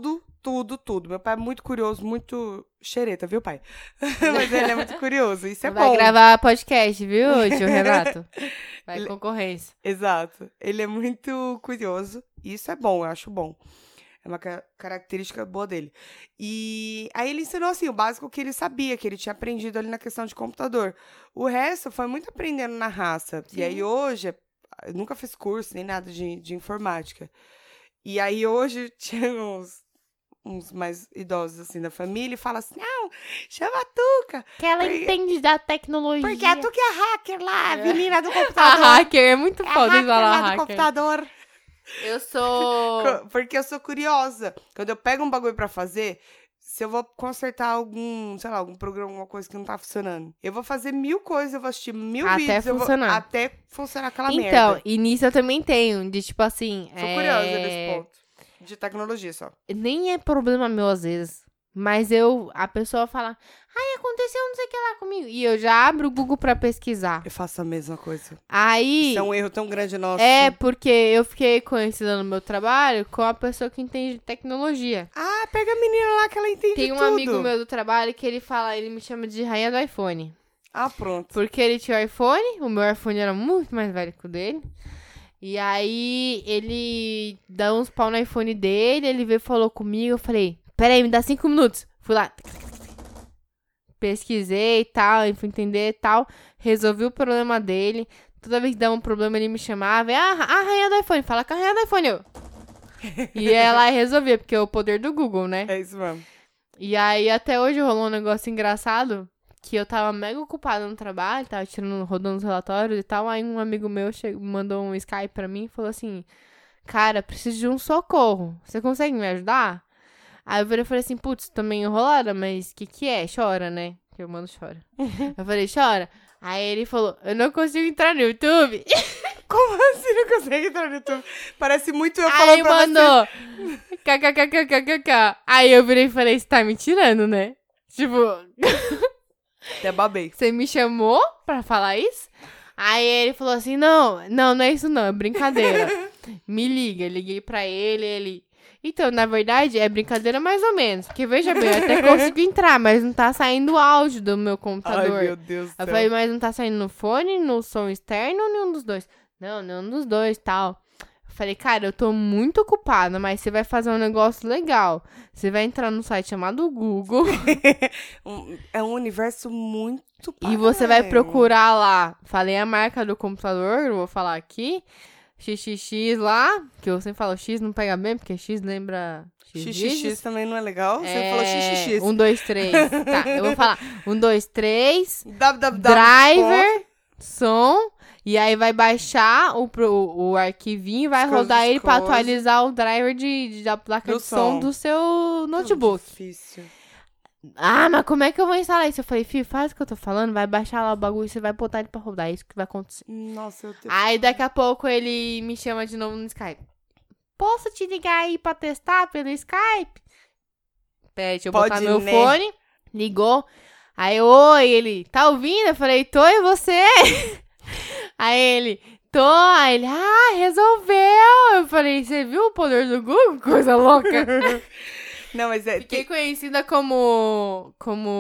tudo. Meu pai é muito curioso, muito xereta, viu, pai? Mas ele é muito curioso, isso é Vai bom. gravar podcast, viu, tio Renato? Vai concorrência. Exato. Ele é muito curioso, e isso é bom, eu acho bom. É uma característica boa dele. E aí ele ensinou, assim, o básico que ele sabia, que ele tinha aprendido ali na questão de computador. O resto foi muito aprendendo na raça. Sim. E aí hoje, eu nunca fiz curso nem nada de informática. E aí hoje tinha uns mais idosos, assim, da família e fala assim, não, chama a Tuca. Que ela entende da tecnologia. Porque a Tuca é a hacker lá, a menina do A computador. hacker é muito É a foda hacker falar lá do hacker. computador. Eu sou... Porque eu sou curiosa. Quando eu pego um bagulho pra fazer, se eu vou consertar algum programa, alguma coisa que não tá funcionando, eu vou fazer 1000 coisas, eu vou assistir 1000 Até vídeos. funcionar. Até funcionar aquela merda. Então, e nisso eu também tenho, de tipo assim... Sou curiosa nesse ponto. De tecnologia só. Nem é problema meu às vezes, mas a pessoa fala, ai, aconteceu não sei o que lá comigo. E eu já abro o Google pra pesquisar. Eu faço a mesma coisa. Aí... Isso é um erro tão grande nosso. É, porque eu fiquei conhecida no meu trabalho com a pessoa que entende de tecnologia. Ah, pega a menina lá que ela entende Tem um tudo. amigo meu do trabalho que ele me chama de rainha do iPhone. Ah, pronto. Porque ele tinha o iPhone, o meu iPhone era muito mais velho que o dele. E aí, ele dá uns pau no iPhone dele, ele veio e falou comigo, eu falei, peraí, me dá 5 minutos. Fui lá, pesquisei e tal, fui entender e tal, resolvi o problema dele. Toda vez que dava um problema, ele me chamava, a rainha do iPhone, fala com a rainha do iPhone, eu. E ela resolvia, porque é o poder do Google, né? É isso mesmo. E aí, até hoje rolou um negócio engraçado, que eu tava mega ocupada no trabalho, tava rodando os relatórios e tal, aí um amigo meu mandou um Skype pra mim e falou assim, cara, preciso de um socorro, você consegue me ajudar? Aí eu falei assim, putz, tô meio enrolada, mas que é? Chora, né? Que eu mando chora. Eu falei, chora. Aí ele falou, eu não consigo entrar no YouTube. Como assim não consegue entrar no YouTube? Parece muito eu Aí falando pra mandou, kkkkkk. Aí eu virei e falei, você tá me tirando, né? Tipo... Até babei. Você me chamou pra falar isso? Aí ele falou assim, não é isso não, é brincadeira. Me liga, liguei pra ele. Então, na verdade, é brincadeira mais ou menos. Porque, veja bem, eu até consigo entrar, mas não tá saindo o áudio do meu computador. Ai, meu Deus do céu. Eu falei, mas não tá saindo no fone, no som externo ou nenhum dos dois? Não, nenhum dos dois, tal. Eu falei, cara, eu tô muito ocupada, mas você vai fazer um negócio legal. Você vai entrar no site chamado Google. É um universo muito E você vai procurar lá. Falei a marca do computador, eu vou falar aqui. XXX lá, que eu sempre falo X, não pega bem, porque X lembra... XXX também não é legal? Você falou XXX. 1, 2, 3. Tá, eu vou falar 1, 2, 3. www. Driver, som. E aí vai baixar o arquivinho e vai As rodar coisas ele pra close. atualizar o driver da placa Do de som som. do seu notebook. Difícil. Ah, mas como é que eu vou instalar isso? Eu falei, filho, faz o que eu tô falando, vai baixar lá o bagulho e você vai botar ele pra rodar. É isso que vai acontecer. Nossa, eu tenho... Aí daqui a pouco ele me chama de novo no Skype. Posso te ligar aí pra testar pelo Skype? Peraí, deixa eu botar Pode, meu né? fone. Ligou. Aí, oi, ele, tá ouvindo? Eu falei, tô, e você? Aí ele, tô. Aí ele, resolveu. Eu falei, você viu o poder do Google? Coisa louca. Não, mas é... Fiquei conhecida como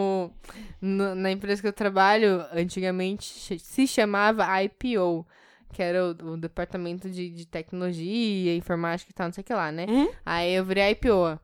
na empresa que eu trabalho, antigamente se chamava IPO, que era o departamento de tecnologia, informática e tal, não sei o que lá, né? Aí eu virei IPO.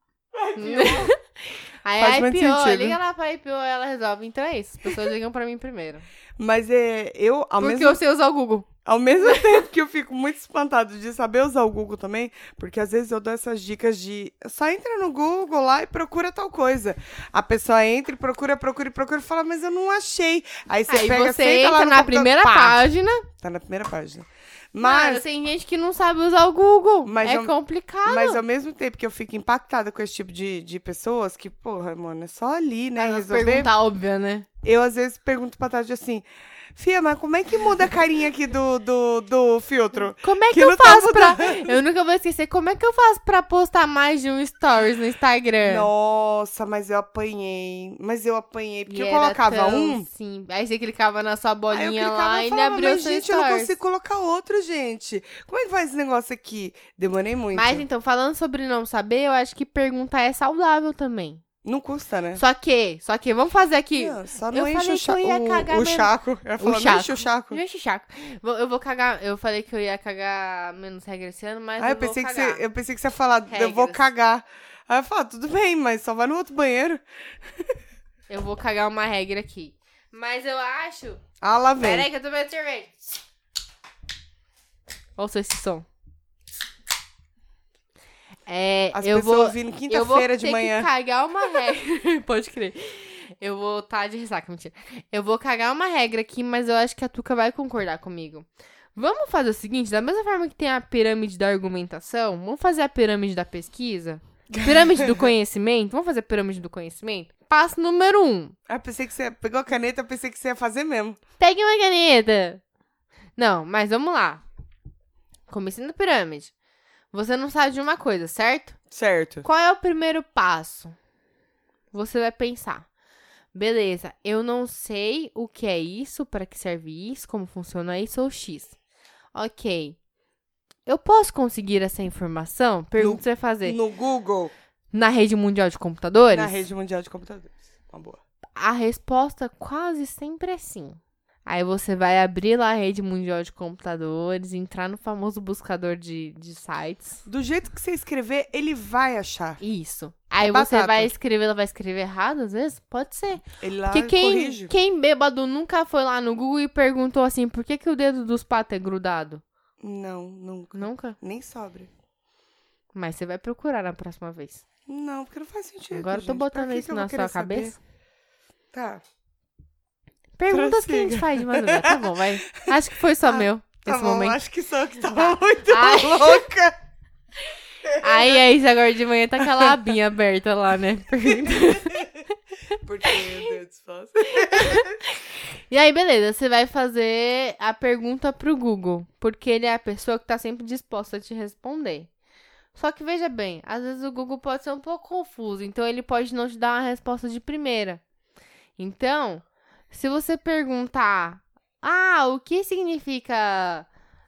Aí Faz a muito IPO, sentido. liga lá pra IPO, ela resolve. Então é isso, as pessoas ligam pra mim primeiro. Mas eu, Porque eu sei usar o Google. ao mesmo tempo que eu fico muito espantado de saber usar o Google também, porque às vezes eu dou essas dicas de só entra no Google lá e procura tal coisa. A pessoa entra e procura e fala, mas eu não achei. Aí você Aí pega, você senta lá entra no na computador, primeira pá, página. Tá na primeira página. Mano, Mas, tem gente que não sabe usar o Google. Mas é eu- complicado. mas ao mesmo tempo que eu fico impactada com esse tipo de pessoas, que, porra, mano, é só ali, né, As resolver. pergunta óbvia, né? Eu, às vezes, pergunto pra Tati assim, Fia, mas como é que muda a carinha aqui do filtro? Como é que não eu tá faço mudando. Eu nunca vou esquecer. Como é que eu faço pra postar mais de um stories no Instagram? Nossa, mas eu apanhei. Porque E eu era colocava tão um. Sim. Aí você clicava na sua Aí eu bolinha clicava lá e e ele falava, abriu o mas seu gente, eu não stories. consigo colocar outro, gente. Como é que faz esse negócio aqui? Demorei muito. Mas então, falando sobre não saber, eu acho que perguntar é saudável também. Não custa, né? Só que, vamos fazer aqui. Não, só não Eu enche falei que eu ia cagar o mesmo. chaco. Eu ia falar, não enche o chaco. Não enche o chaco. Eu vou cagar. Eu falei que eu ia cagar menos regra esse ano, mas Ah, eu vou cagar. eu pensei que você ia falar, eu vou Regras. cagar. Aí eu falo, tudo bem, mas só vai no outro banheiro. Eu vou cagar uma regra aqui. Mas eu acho... Ah, lá vem. Peraí que eu tô bebendo cerveja. Ouça esse som. As eu pessoas vou, ouvindo eu vou quinta-feira ter de manhã. que cagar uma regra. Pode crer. Eu vou estar de ressaca, mentira. Eu vou cagar uma regra aqui, mas eu acho que a Tuca vai concordar comigo. Vamos fazer o seguinte, da mesma forma que tem a pirâmide da argumentação, vamos fazer a pirâmide da pesquisa? Pirâmide do conhecimento? Vamos fazer a pirâmide do conhecimento? Passo número 1. Ah, pensei que você pegou a caneta, pensei que você ia fazer mesmo. Pegue uma caneta. Não, mas vamos lá. Começando a pirâmide. Você não sabe de uma coisa, certo? Certo. Qual é o primeiro passo? Você vai pensar. Beleza, eu não sei o que é isso, para que serve isso, como funciona isso ou X. Ok. Eu posso conseguir essa informação? Pergunta que você vai fazer. No Google, Na rede mundial de computadores? na rede mundial de computadores. Uma boa. A resposta quase sempre é sim. Aí você vai abrir lá a rede mundial de computadores, entrar no famoso buscador de sites. Do jeito que você escrever, ele vai achar. Isso. Aí É você batata. vai escrever, ela vai escrever errado às vezes? Pode ser. Ele lá Porque corrige. quem bêbado nunca foi lá no Google e perguntou assim, por que o dedo dos patos é grudado? Não, nunca. Nunca? Nem sobre. Mas você vai procurar na próxima vez. Não, porque não faz sentido. Agora eu tô gente. botando Pra que isso que eu na vou sua querer saber? cabeça. Tá. Perguntas que a gente Prossiga. faz de madrugada. Tá bom, vai. Acho que foi só meu Tá esse bom, momento. acho que sou eu que tava muito Ai. louca. Aí, você agora de manhã tá aquela abinha aberta lá, né? Porque, meu Deus, fácil. E aí, beleza, você vai fazer a pergunta pro Google, porque ele é a pessoa que tá sempre disposta a te responder. Só que veja bem, às vezes o Google pode ser um pouco confuso, então ele pode não te dar uma resposta de primeira. Então, se você perguntar, o que significa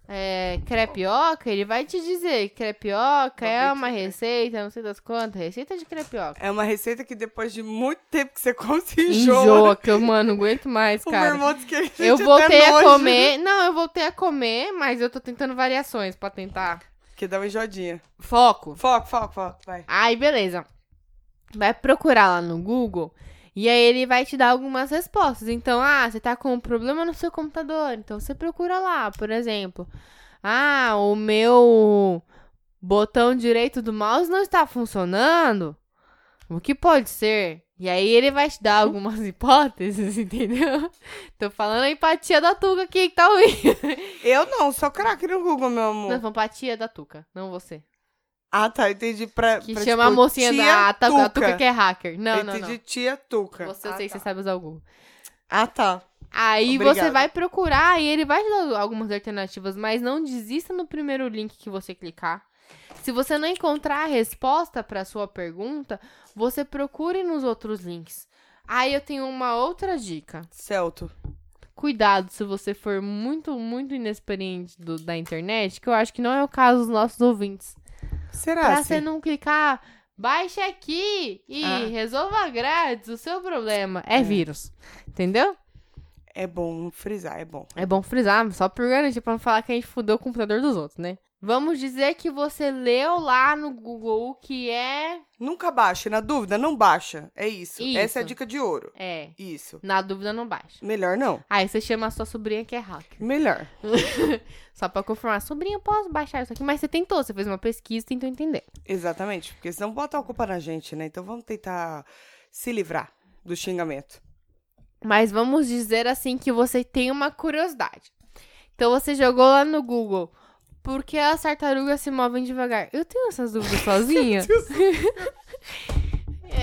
crepioca, ele vai te dizer que crepioca é uma receita, não sei das quantas, receita de crepioca. É uma receita que depois de muito tempo que você come, se Enjoa, que eu, mano, não aguento mais, O cara. meu irmão disse que a gente Eu voltei até a nojo. comer. Não, eu voltei a comer, mas eu tô tentando variações pra tentar. Que dá uma enjoadinha. Foco. Foco, vai. Aí, beleza. Vai procurar lá no Google e aí ele vai te dar algumas respostas. Então, você tá com um problema no seu computador. Então, você procura lá, por exemplo. O meu botão direito do mouse não está funcionando. O que pode ser? E aí ele vai te dar algumas hipóteses, entendeu? Tô falando a empatia da Tuca aqui que tá ouvindo. Eu não, sou craque no Google, meu amor. Não, empatia da Tuca, não você. Ah, tá, entendi. Que pra, chama tipo, a mocinha tia a Tuca que é hacker. Não, Eu não, entendi não. tia Tuca. Você, eu sei que você sabe usar o Google. Ah, tá. Aí Obrigada. você vai procurar e ele vai te dar algumas alternativas, mas não desista no primeiro link que você clicar. Se você não encontrar a resposta para sua pergunta, você procure nos outros links. Aí eu tenho uma outra dica. Celto. Cuidado se você for muito, muito inexperiente da internet, que eu acho que não é o caso dos nossos ouvintes. Será Pra assim? você não clicar, baixe aqui e resolva grátis o seu problema. É vírus, entendeu? É bom frisar, é bom. É bom frisar, só por garantia, pra não falar que a gente fudeu o computador dos outros, né? Vamos dizer que você leu lá no Google o que é... Nunca baixe, na dúvida, não baixa. É isso. Isso. Essa é a dica de ouro. É, Isso. na dúvida não baixa. Melhor não. Aí você chama a sua sobrinha que é hacker. Melhor. Só pra confirmar, sobrinha, eu posso baixar isso aqui? Mas você tentou, você fez uma pesquisa e tentou entender. Exatamente. Porque senão bota a culpa na gente, né? Então vamos tentar se livrar do xingamento. Mas vamos dizer assim que você tem uma curiosidade. Então você jogou lá no Google, por que as tartarugas se movem devagar? Eu tenho essas dúvidas sozinha?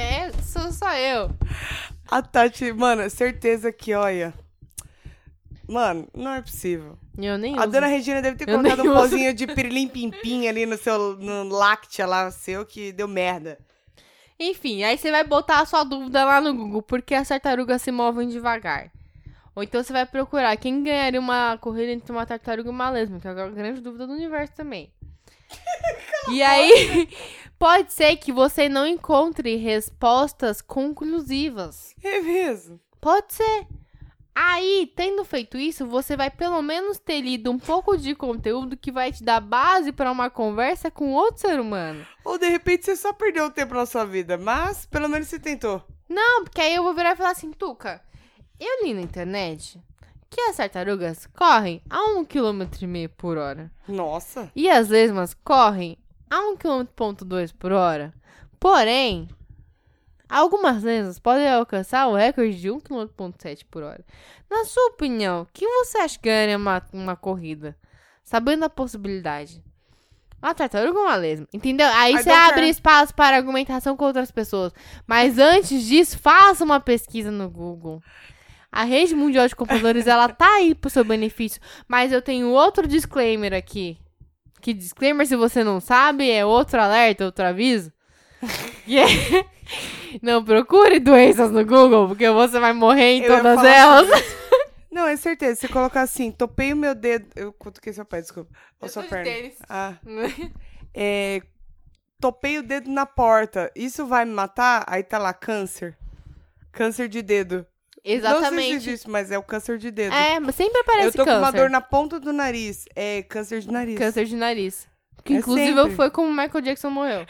sou só eu. A Tati, mano, certeza que, olha... Mano, não é possível. Eu nem A uso. dona Regina deve ter Eu colocado nem um uso. pozinho de pirilim-pim-pim ali no láctea lá seu, que deu merda. Enfim, aí você vai botar a sua dúvida lá no Google, porque as tartarugas se movem devagar. Ou então você vai procurar quem ganharia uma corrida entre uma tartaruga e uma lesma, que é a grande dúvida do universo também. E aí, pode ser que você não encontre respostas conclusivas. É mesmo. Pode ser. Aí, tendo feito isso, você vai pelo menos ter lido um pouco de conteúdo que vai te dar base para uma conversa com outro ser humano. Ou de repente você só perdeu o tempo na sua vida, mas pelo menos você tentou. Não, porque aí eu vou virar e falar assim, Tuca, eu li na internet que as tartarugas correm a 1,5 km por hora. Nossa. E as lesmas correm a 1,2 km por hora. Porém, algumas lesmas podem alcançar o recorde de 1,7 km por hora. Na sua opinião, quem você acha que ganha uma corrida? Sabendo a possibilidade. Uma tartaruga ou uma lesma? Entendeu? Aí você abre espaço para argumentação com outras pessoas. Mas antes disso, faça uma pesquisa no Google. A rede mundial de computadores, ela tá aí pro seu benefício. Mas eu tenho outro disclaimer aqui. Que disclaimer, se você não sabe, é outro alerta, outro aviso. Não procure doenças no Google, porque você vai morrer em todas elas. Não, é certeza. Se colocar assim, topei o meu dedo... Eu cutuquei seu pé, desculpa. Ou sua perna. Ah. Topei o dedo na porta. Isso vai me matar? Aí tá lá, câncer. Câncer de dedo. Exatamente. Não sei se existe, mas é o câncer de dedo. É, mas sempre aparece câncer. Eu tô com uma dor na ponta do nariz. É câncer de nariz. Câncer de nariz. Que É inclusive sempre. foi como o Michael Jackson morreu.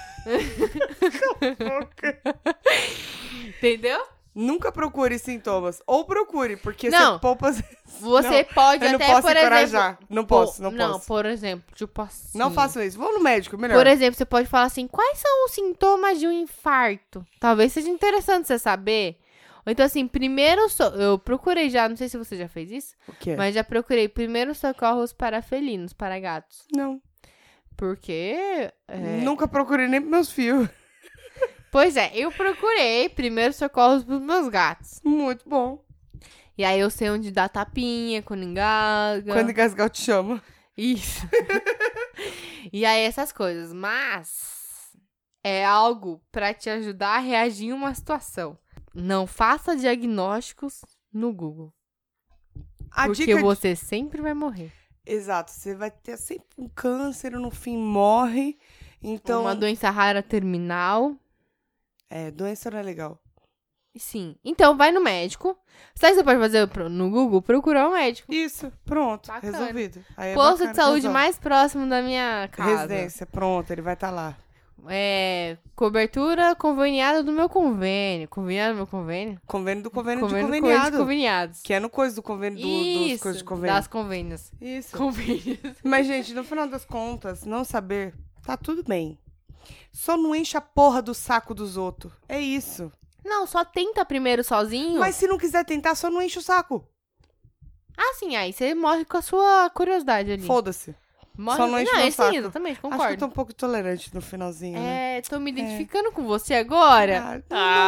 Entendeu? Nunca procure sintomas. Ou procure, porque Não. você poupa... Você pode eu não até, posso por encorajar. exemplo... Não posso. Não, por exemplo, tipo assim... Não façam isso. Vão no médico, melhor. Por exemplo, você pode falar assim, quais são os sintomas de um infarto? Talvez seja interessante você saber. Ou então assim, eu procurei já, não sei se você já fez isso, O quê? mas já procurei primeiros socorros para felinos, para gatos. Não. Porque... Nunca procurei nem pros meus fios. Pois é, eu procurei primeiros socorros pros meus gatos. Muito bom. E aí eu sei onde dá tapinha, quando engasga. Quando engasgar, eu te chamo. Isso. E aí essas coisas. Mas é algo pra te ajudar a reagir em uma situação. Não faça diagnósticos no Google. Porque você sempre vai morrer. Exato. Você vai ter sempre um câncer, no fim morre. Então... Uma doença rara terminal. Doença não é legal. Sim. Então vai no médico. Sabe o que você pode fazer no Google? Procurar um médico. Isso, pronto, Bacana. resolvido. Aí Posto bacana, de saúde resolve. mais próximo da minha casa. Residência, pronto, ele vai estar lá. Cobertura conveniada do meu convênio. Conveniado do meu convênio? Convênio do convênio de Convênio conveniado. de conveniados. Que é no coisa do convênio dos Isso, coisas de convênio. das convênios. Isso. Convênios. Mas, gente, no final das contas, não saber, tá tudo bem. Só não enche a porra do saco dos outros. É isso. Não, só tenta primeiro sozinho. Mas se não quiser tentar, só não enche o saco. Ah, sim, aí você morre com a sua curiosidade ali. Foda-se. Morre... Só não enche meu sim, saco. exatamente, concordo. Acho que eu tô um pouco tolerante no finalzinho, né? Tô me identificando com você agora.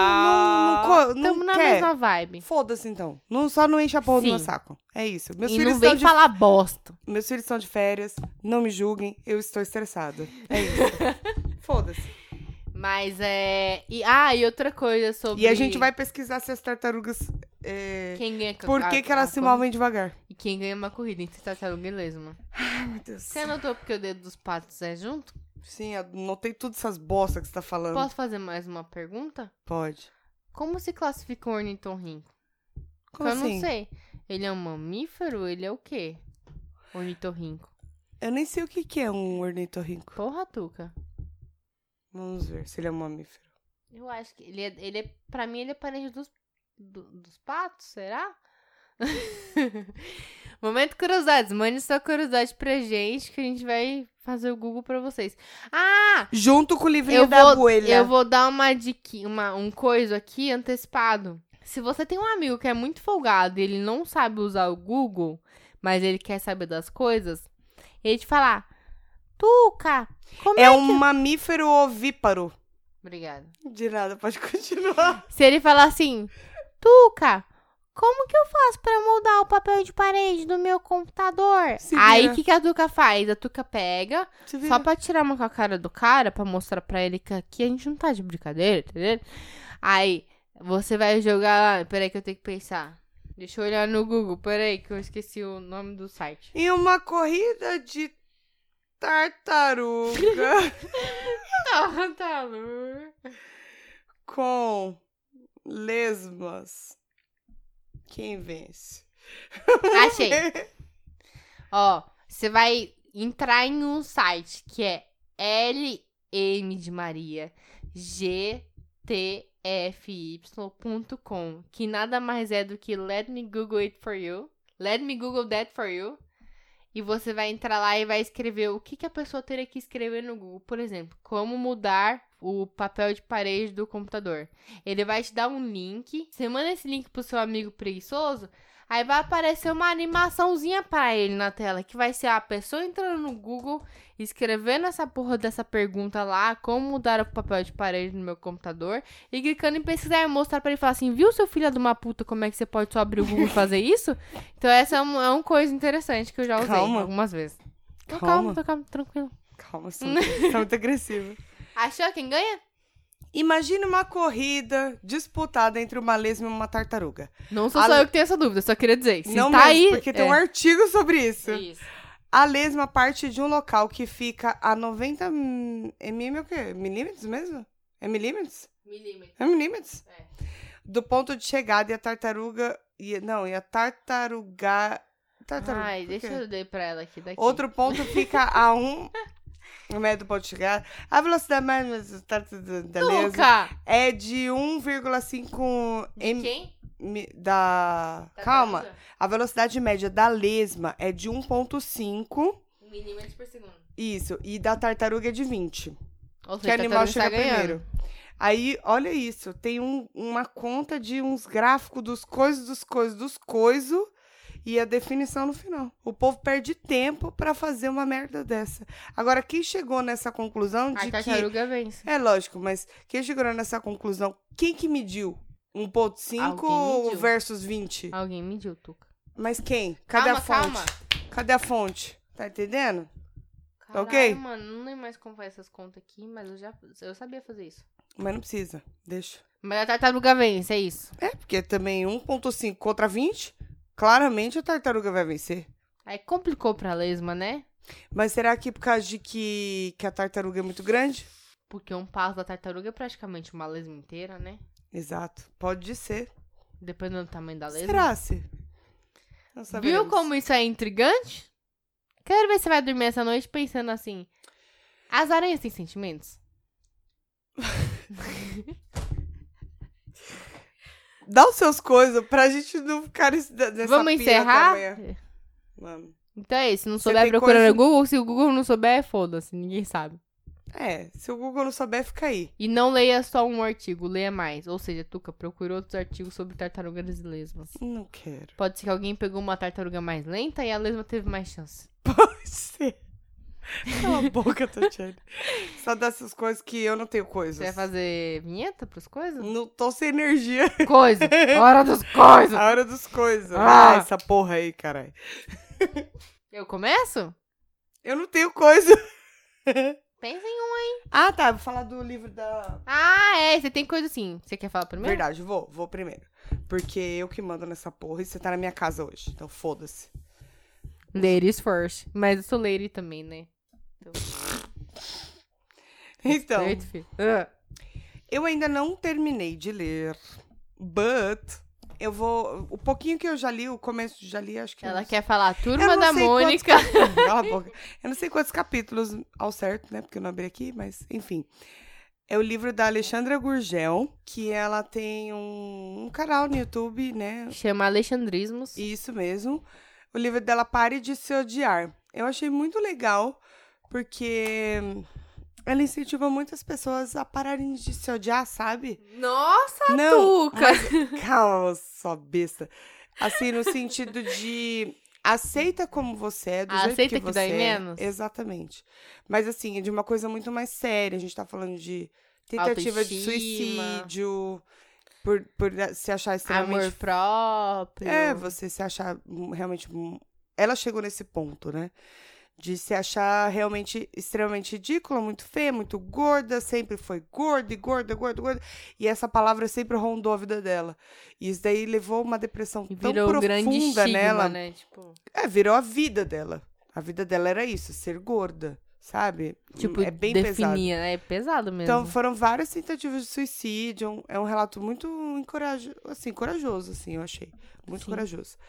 Não Tamo na quer. mesma vibe. Foda-se, então. Só não enche a porra do meu Sim. saco. É isso. Meus E filhos não vem estão de... falar bosta. Meus filhos estão de férias. Não me julguem. Eu estou estressada. É isso. Foda-se. Mas E outra coisa sobre... E a gente vai pesquisar se as tartarugas... Quem ganha Por que elas se movem devagar? E quem ganha uma corrida entre tartaruga e lesma. Ai, meu Deus. Você anotou porque o dedo dos patos é junto? Sim, anotei todas essas bostas que você tá falando. Posso fazer mais uma pergunta? Pode. Como se classifica um ornitorrinco? Como Eu assim? não sei. Ele é um mamífero? Ele é o quê? Ornitorrinco. Eu nem sei o que é um ornitorrinco. Porra, Tuca. Vamos ver se ele é um mamífero. Eu acho que ele é pra mim, ele é parente dos patos, será? Momento curiosidades. Mande sua curiosidade pra gente, que a gente vai fazer o Google pra vocês. Ah! Junto com o livrinho da abuela. Eu vou dar uma dica, um coisa aqui antecipado. Se você tem um amigo que é muito folgado e ele não sabe usar o Google, mas ele quer saber das coisas, ele te falar, Tuca, como É um mamífero ovíparo. Obrigada. De nada, pode continuar. Se ele falar assim, Tuca, como que eu faço pra mudar o papel de parede do meu computador? Se Aí, vira. o que a Tuca faz? A Tuca pega, Se vira. só pra tirar uma com a cara do cara, pra mostrar pra ele que aqui a gente não tá de brincadeira, entendeu? Aí, você vai jogar lá. Peraí que eu tenho que pensar. Deixa eu olhar no Google. Peraí que eu esqueci o nome do site. Em uma corrida de tartaruga Tá, Lu. com lesmas, quem vence? Achei. Ó, você vai entrar em um site que é LM de Maria, GTFY.com, que nada mais é do que Let Me Google It For You. Let Me Google That For You. E você vai entrar lá e vai escrever o que a pessoa teria que escrever no Google. Por exemplo, como mudar o papel de parede do computador. Ele vai te dar um link. Você manda esse link pro seu amigo preguiçoso. Aí vai aparecer uma animaçãozinha pra ele na tela. Que vai ser a pessoa entrando no Google, escrevendo essa porra dessa pergunta lá. Como mudar o papel de parede no meu computador. E clicando em pesquisar e mostrar pra ele. Falar assim, viu, seu filho de uma puta, como é que você pode só abrir o Google e fazer isso? Então essa é uma coisa interessante que eu já usei algumas vezes. Então, calma, tranquilo. Calma, você tá muito agressiva. Achou quem ganha? Imagine uma corrida disputada entre uma lesma e uma tartaruga. Não sou só eu que tenho essa dúvida, só queria dizer. Se Não tá mesmo, aí, porque tem um artigo sobre isso. Isso. A lesma parte de um local que fica a 90 o quê? Milímetros mesmo? É milímetros? Milímetros. É milímetros? É. Do ponto de chegada e a tartaruga... e a tartaruga... Ai, por deixa quê? eu ler pra ela aqui daqui. Outro ponto fica a 1... no meio do ponto de chegada. A velocidade máxima da lesma Tuca! é de 1,5 De quem? da... Calma. A velocidade média da lesma é de 1,5. Milímetros por segundo. Isso. E da tartaruga é de 20. Ou Que seja, animal tá chega ganhando. primeiro? Aí, olha isso. Tem uma conta de uns gráficos dos coisos. E a definição no final. O povo perde tempo pra fazer uma merda dessa. Agora, quem chegou nessa conclusão de A tartaruga vence. É lógico, mas quem chegou nessa conclusão? Quem que mediu? 1,5 Alguém mediu. versus 20? Alguém mediu, Tuca. Mas quem? Cadê a fonte? Calma. Cadê a fonte? Tá entendendo? Caralho, Ok? mano, não lembro mais como faz essas contas aqui, mas eu sabia fazer isso. Mas não precisa. Deixa. Mas a tartaruga vence, é isso. É, porque também 1,5 contra 20, claramente a tartaruga vai vencer. Aí complicou pra lesma, né? Mas será que por causa de que a tartaruga é muito grande? Porque um passo da tartaruga é praticamente uma lesma inteira, né? Exato. Pode ser. Dependendo do tamanho da lesma. Será se? Não Viu saberemos. como isso é intrigante? Quero ver se você vai dormir essa noite pensando assim. As aranhas têm sentimentos? Dá os seus coisas pra gente não ficar nessa Vamos pira encerrar? até amanhã. Vamos. Então é isso. Se não Você souber, tem procura coisa- no Google. Se o Google não souber, foda-se. Ninguém sabe. É, se o Google não souber, fica aí. E não leia só um artigo, leia mais. Ou seja, Tuca, procura outros artigos sobre tartarugas e lesmas. Não quero. Pode ser que alguém pegou uma tartaruga mais lenta e a lesma teve mais chance. Pode ser. Cala a boca, Tatiane. Só dessas coisas que eu não tenho coisas. Você vai fazer vinheta pras coisas? Não tô sem energia. Coisa! Hora dos coisas! A hora dos coisas. Ah. Ah, essa porra aí, caralho. Eu começo? Eu não tenho coisa. Pensa em um. Ah, tá. Vou falar do livro da... Ah, é. Você tem coisa assim. Você quer falar primeiro? Verdade, vou primeiro. Porque eu que mando nessa porra e você tá na minha casa hoje. Então foda-se. Ladies first. Mas eu sou lady também, né? Então, Respeito, filho. eu ainda não terminei de ler. But eu vou... O pouquinho que eu já li, o começo já li, acho que... Ela uns- quer falar Eu Turma não da sei quantos Mônica. Cala a boca. Eu não sei quantos capítulos ao certo, né? Porque eu não abri aqui, mas enfim. É o livro da Alexandra Gurgel, que ela tem um canal no YouTube, né? Chama Alexandrismos. Isso mesmo. O livro dela, Pare de Se Odiar. Eu achei muito legal, porque ela incentiva muitas pessoas a pararem de se odiar, sabe? Nossa, Não, Tuca! mas... Calma, sua besta. Assim, no sentido de... Aceita como você é, do jeito Aceita que que você dói é. menos? Exatamente. Mas assim, é de uma coisa muito mais séria. A gente tá falando de tentativa de Autoestima. suicídio. por se achar extremamente... Amor próprio. Você se achar realmente... Ela chegou nesse ponto, né? De se achar realmente extremamente ridícula, muito feia, muito gorda, sempre foi gorda, e gorda, gorda, gorda. E essa palavra sempre rondou a vida dela. E isso daí levou uma depressão tão profunda grande estigma, nela. né? Tipo... virou a vida dela. A vida dela era isso, ser gorda, sabe? Tipo, é bem definia, pesado. né? É pesado mesmo. Então, foram várias tentativas de suicídio. É um relato muito corajoso, assim, eu achei. Muito corajoso.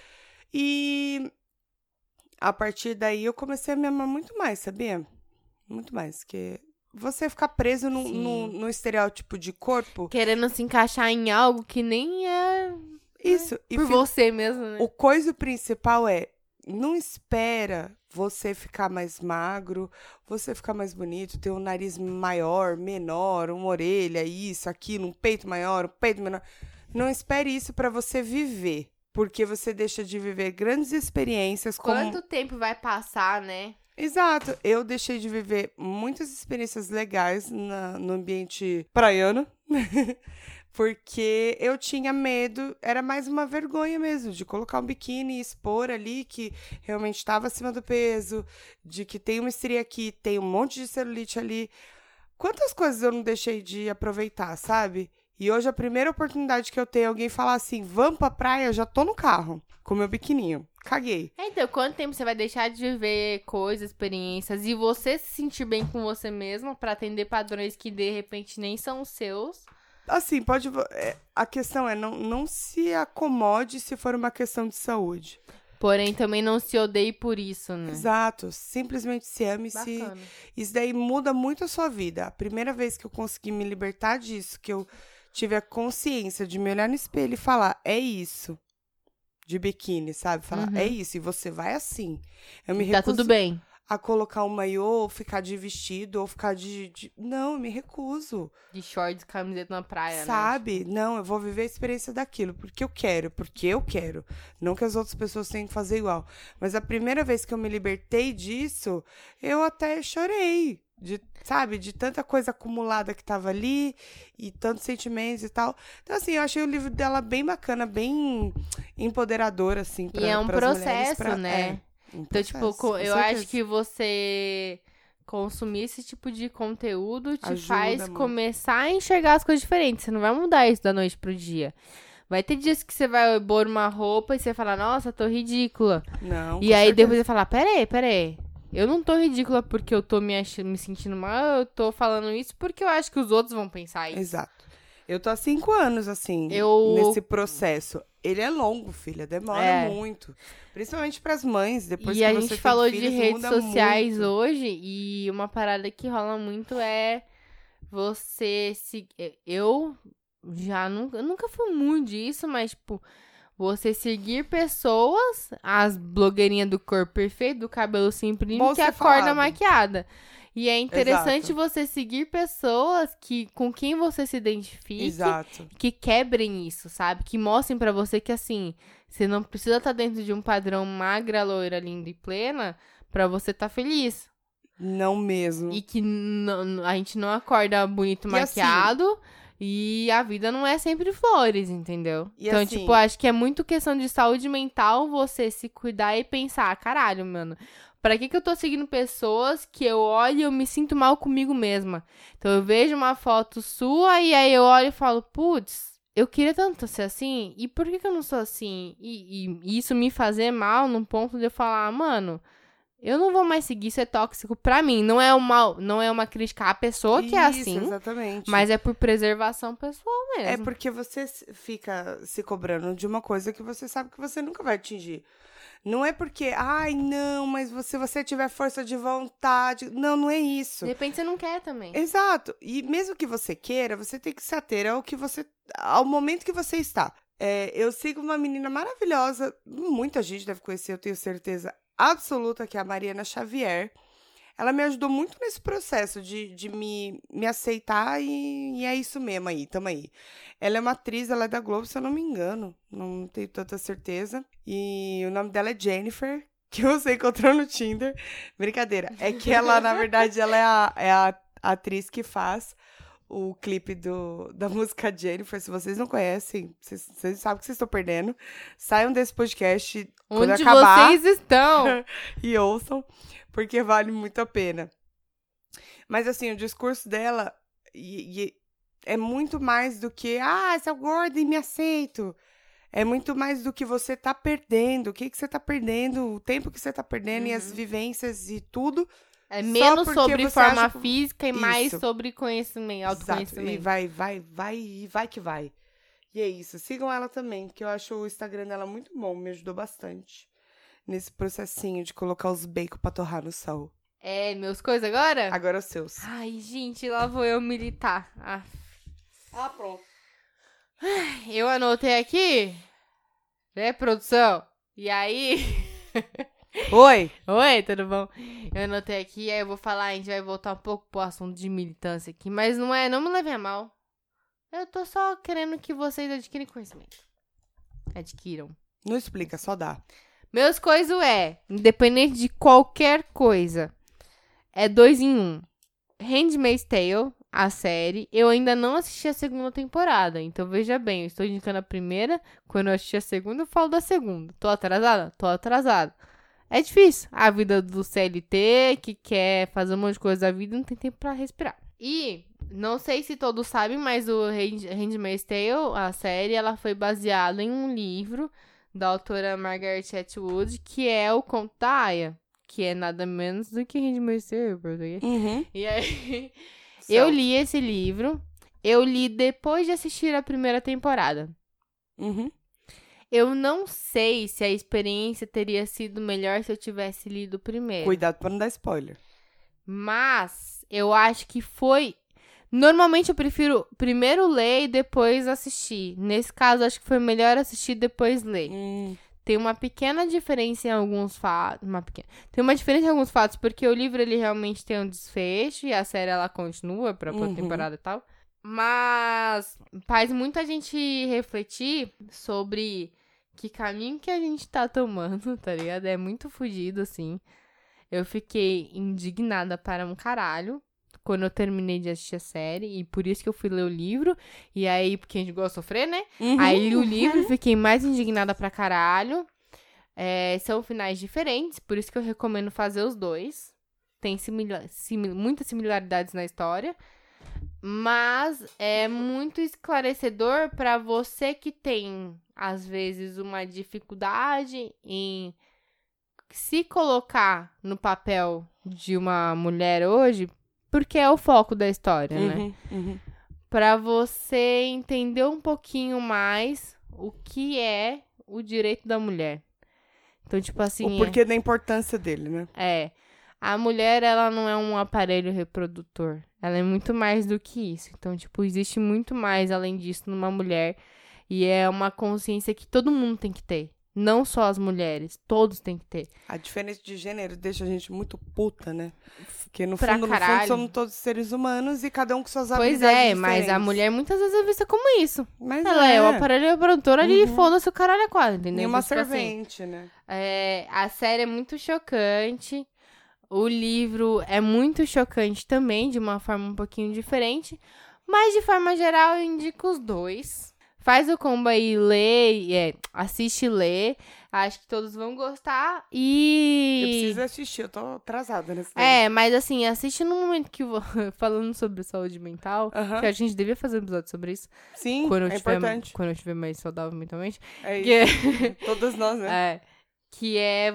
E... a partir daí, eu comecei a me amar muito mais, sabia? Muito mais, que você ficar preso no estereótipo de corpo... querendo se encaixar em algo que nem é... Isso. E por você mesmo, né? O coisa principal é, não espera você ficar mais magro, você ficar mais bonito, ter um nariz maior, menor, uma orelha, isso, aquilo, um peito maior, um peito menor. Não espere isso pra você viver. Porque você deixa de viver grandes experiências como... Quanto tempo vai passar, né? Exato. Eu deixei de viver muitas experiências legais no ambiente praiano. Porque eu tinha medo, era mais uma vergonha mesmo, de colocar um biquíni e expor ali que realmente estava acima do peso, de que tem uma estria aqui, tem um monte de celulite ali. Quantas coisas eu não deixei de aproveitar, sabe? E hoje a primeira oportunidade que eu tenho, alguém falar assim, vamos pra praia, eu já tô no carro, com meu biquininho. Caguei. Então, quanto tempo você vai deixar de viver coisas, experiências, e você se sentir bem com você mesma pra atender padrões que de repente nem são os seus? Assim, a questão é, não se acomode se for uma questão de saúde. Porém, também não se odeie por isso, né? Exato. Simplesmente se ame. Isso daí muda muito a sua vida. A primeira vez que eu consegui me libertar disso, que eu tive a consciência de me olhar no espelho e falar, é isso. De biquíni, sabe? Falar, é isso. E você vai assim. Eu me Tá recuso tudo bem. a colocar um maiô, ou ficar de vestido, ou ficar de... Não, eu me recuso. De shorts, camiseta na praia, Sabe? né? Tipo... Não, eu vou viver a experiência daquilo, porque eu quero. Não que as outras pessoas tenham que fazer igual. Mas a primeira vez que eu me libertei disso, eu até chorei. De tanta coisa acumulada que tava ali, e tantos sentimentos e tal. Então, assim, eu achei o livro dela bem bacana, bem empoderador, assim, pra, e é um processo, mulheres, né? Então, tipo, eu acho que você consumir esse tipo de conteúdo te faz muito. Começar a enxergar as coisas diferentes. Você não vai mudar isso da noite pro dia. Vai ter dias que você vai pôr uma roupa e você vai falar, nossa, tô ridícula. Não, e aí depois você vai falar, peraí. Eu não tô ridícula porque eu tô me sentindo mal, eu tô falando isso porque eu acho que os outros vão pensar isso. Exato. Eu tô há 5 anos, assim, nesse processo. Ele é longo, filha, demora muito. Principalmente pras mães, depois que você tem filhos, E a gente falou de redes sociais muito. hoje, e uma parada que rola muito é você se... Eu nunca fui muito disso, mas, tipo, você seguir pessoas, as blogueirinhas do corpo perfeito, do cabelo simples, que acorda maquiada. E é interessante você seguir pessoas com quem você se identifique. Exato. Que quebrem isso, sabe? Que mostrem pra você que, assim, você não precisa estar dentro de um padrão magra, loira, linda e plena pra você estar feliz. Não mesmo. E que a gente não acorda bonito, maquiado. Assim, e a vida não é sempre flores, entendeu? Então, assim, tipo, acho que é muito questão de saúde mental você se cuidar e pensar, caralho, mano... Pra que eu tô seguindo pessoas que eu olho e eu me sinto mal comigo mesma? Então, eu vejo uma foto sua e aí eu olho e falo, putz, eu queria tanto ser assim, e por que eu não sou assim? E isso me fazer mal num ponto de eu falar, mano, eu não vou mais seguir, isso é tóxico pra mim. Não é uma crítica à pessoa que é assim, exatamente. Mas é por preservação pessoal mesmo. É porque você fica se cobrando de uma coisa que você sabe que você nunca vai atingir. Não é porque, não, mas se você tiver força de vontade... Não é isso. De repente você não quer também. Exato. E mesmo que você queira, você tem que se ater ao momento que você está. Eu sigo uma menina maravilhosa, muita gente deve conhecer, eu tenho certeza absoluta, que é a Mariana Xavier. Ela me ajudou muito nesse processo de me aceitar e é isso mesmo aí, tamo aí. Ela é uma atriz, ela é da Globo, se eu não me engano, não tenho tanta certeza. E o nome dela é Jennifer, que você encontrou no Tinder. Brincadeira, é que ela, na verdade, ela é a atriz que faz o clipe da música Jennifer. Se vocês não conhecem, vocês sabem que vocês estão perdendo. Saiam desse podcast quando Onde acabar. vocês estão? E ouçam, porque vale muito a pena. Mas, assim, o discurso dela é muito mais do que, sou gorda e me aceito. É muito mais do que você tá perdendo. O que você tá perdendo, o tempo que você tá perdendo e as vivências e tudo. É menos sobre forma que... física e mais Isso. sobre conhecimento, autoconhecimento. Exato. E vai que vai. E é isso. Sigam ela também, que eu acho o Instagram dela muito bom. Me ajudou bastante nesse processinho de colocar os bacon pra torrar no sol. É, meus coisas agora? Agora os seus. Ai, gente, lá vou eu militar. Pronto. Eu anotei aqui. Né, produção? E aí... Oi! Oi, tudo bom? Eu anotei aqui, aí eu vou falar, a gente vai voltar um pouco pro assunto de militância aqui, mas não me levem a mal. Eu tô só querendo que vocês adquirem conhecimento. Adquiram. Não explica, só dá. Meus coisas independente de qualquer coisa, é 2 em 1. Handmaid's Tale, a série, eu ainda não assisti a segunda temporada, então veja bem, eu estou indicando a primeira, quando eu assistir a segunda, eu falo da segunda. Tô atrasada? Tô atrasada. É difícil. A vida do CLT, que quer fazer um monte de coisa da vida, não tem tempo pra respirar. E, não sei se todos sabem, mas o Handmaid's Tale, a série, ela foi baseada em um livro da autora Margaret Atwood, que é o Conto da Aia, que é nada menos do que Handmaid's Tale, português. E aí, eu li esse livro, eu li depois de assistir a primeira temporada. Eu não sei se a experiência teria sido melhor se eu tivesse lido primeiro. Cuidado pra não dar spoiler. Mas eu acho que foi... Normalmente eu prefiro primeiro ler e depois assistir. Nesse caso, acho que foi melhor assistir e depois ler. Tem uma pequena diferença em alguns fatos. Tem uma diferença em alguns fatos, porque o livro ele realmente tem um desfecho e a série ela continua pra temporada e tal. Mas faz muita gente refletir sobre que caminho que a gente tá tomando, tá ligado? É muito fudido, assim. Eu fiquei indignada para um caralho quando eu terminei de assistir a série. E por isso que eu fui ler o livro. E aí, porque a gente gosta de sofrer, né? Aí li o livro e fiquei mais indignada pra caralho. São finais diferentes, por isso que eu recomendo fazer os dois. Tem muitas similaridades na história. Mas é muito esclarecedor pra você que tem, às vezes, uma dificuldade em se colocar no papel de uma mulher hoje, porque é o foco da história, né? Pra você entender um pouquinho mais o que é o direito da mulher. Então, tipo assim... O porquê da importância dele, né? A mulher, ela não é um aparelho reprodutor. Ela é muito mais do que isso. Então, tipo, existe muito mais além disso numa mulher. E é uma consciência que todo mundo tem que ter. Não só as mulheres. Todos têm que ter. A diferença de gênero deixa a gente muito puta, né? Porque no Pra fundo somos todos seres humanos e cada um com suas habilidades diferentes. Mas a mulher muitas vezes é vista como isso. Mas ela é o aparelho reprodutor ali e foda-se o caralho é quase, entendeu? E uma Então, tipo servente, assim, né? A série é muito chocante. O livro é muito chocante também, de uma forma um pouquinho diferente. Mas, de forma geral, eu indico os dois. Faz o combo aí, lê, assiste e lê. Acho que todos vão gostar. E... Eu preciso assistir, eu tô atrasada nesse tempo. Mas assim, assiste no momento que... Falando sobre saúde mental, que a gente devia fazer um episódio sobre isso. Sim, importante. Quando eu estiver mais saudável mentalmente. É isso. Todos nós, né? Que é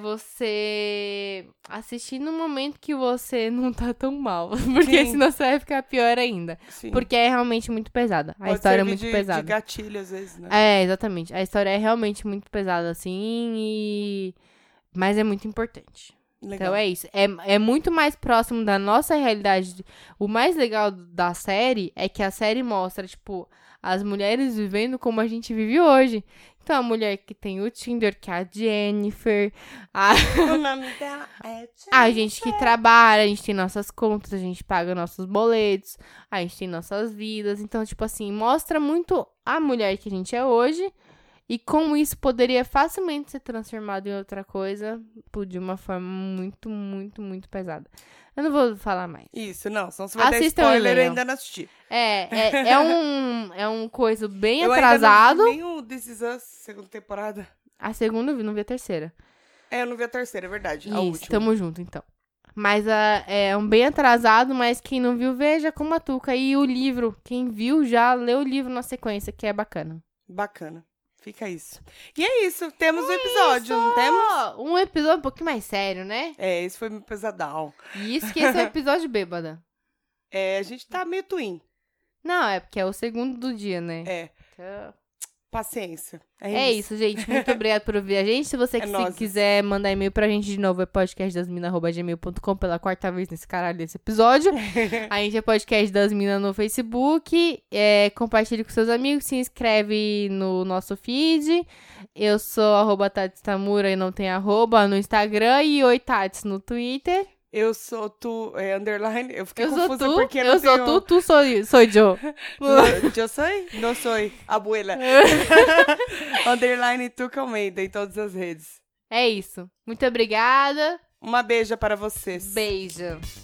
você assistir no momento que você não tá tão mal. Porque senão você vai ficar pior ainda. Sim. Porque é realmente muito pesada. A Pode história é muito de pesada. gatilho, às vezes, né? Exatamente. A história é realmente muito pesada, assim, mas é muito importante. Legal. Então é isso. É muito mais próximo da nossa realidade. O mais legal da série é que a série mostra, tipo, as mulheres vivendo como a gente vive hoje. Então, a mulher que tem o Tinder, que é a Jennifer. O nome dela é Jennifer. A gente que trabalha, a gente tem nossas contas, a gente paga nossos boletos, a gente tem nossas vidas. Então, tipo assim, mostra muito a mulher que a gente é hoje e como isso poderia facilmente ser transformado em outra coisa de uma forma muito, muito, muito pesada. Eu não vou falar mais. Isso, não. Senão você vai Assistam dar spoiler e eu Leiam. ainda não assisti. É um coisa bem Eu atrasado. ainda não vi nem o This Is Us, segunda temporada. A segunda eu vi, não vi a terceira. Eu não vi a terceira, é verdade. A Isso, última. tamo junto, então. Mas é um bem atrasado, mas quem não viu, veja com Matuca. E o livro, quem viu já leu o livro na sequência, que é bacana. Bacana. Fica isso. E é isso. Temos um episódio, não temos? Um episódio um pouquinho mais sério, né? Esse foi meu pesadão. E isso que esse é o episódio bêbada. A gente tá meio twin. Não, é porque é o segundo do dia, né? Então, paciência. É isso, gente. Muito obrigada por ouvir a gente. Se você quiser mandar e-mail pra gente de novo, é podcastdasmina@gmail.com pela 4ª vez nesse caralho desse episódio. A gente é Podcast das Minas no Facebook. Compartilhe com seus amigos, se inscreve no nosso feed. Eu sou @TatsTamura e não tem arroba no Instagram. E Oi Tats no Twitter. Eu sou tu, underline. Eu fiquei Eu sou confusa tu, porque eu não sou tu sou Joe. Eu sou? Não sou. Abuela. Underline Tuca Almeida em todas as redes. É isso. Muito obrigada. Uma beija para vocês. Beijo.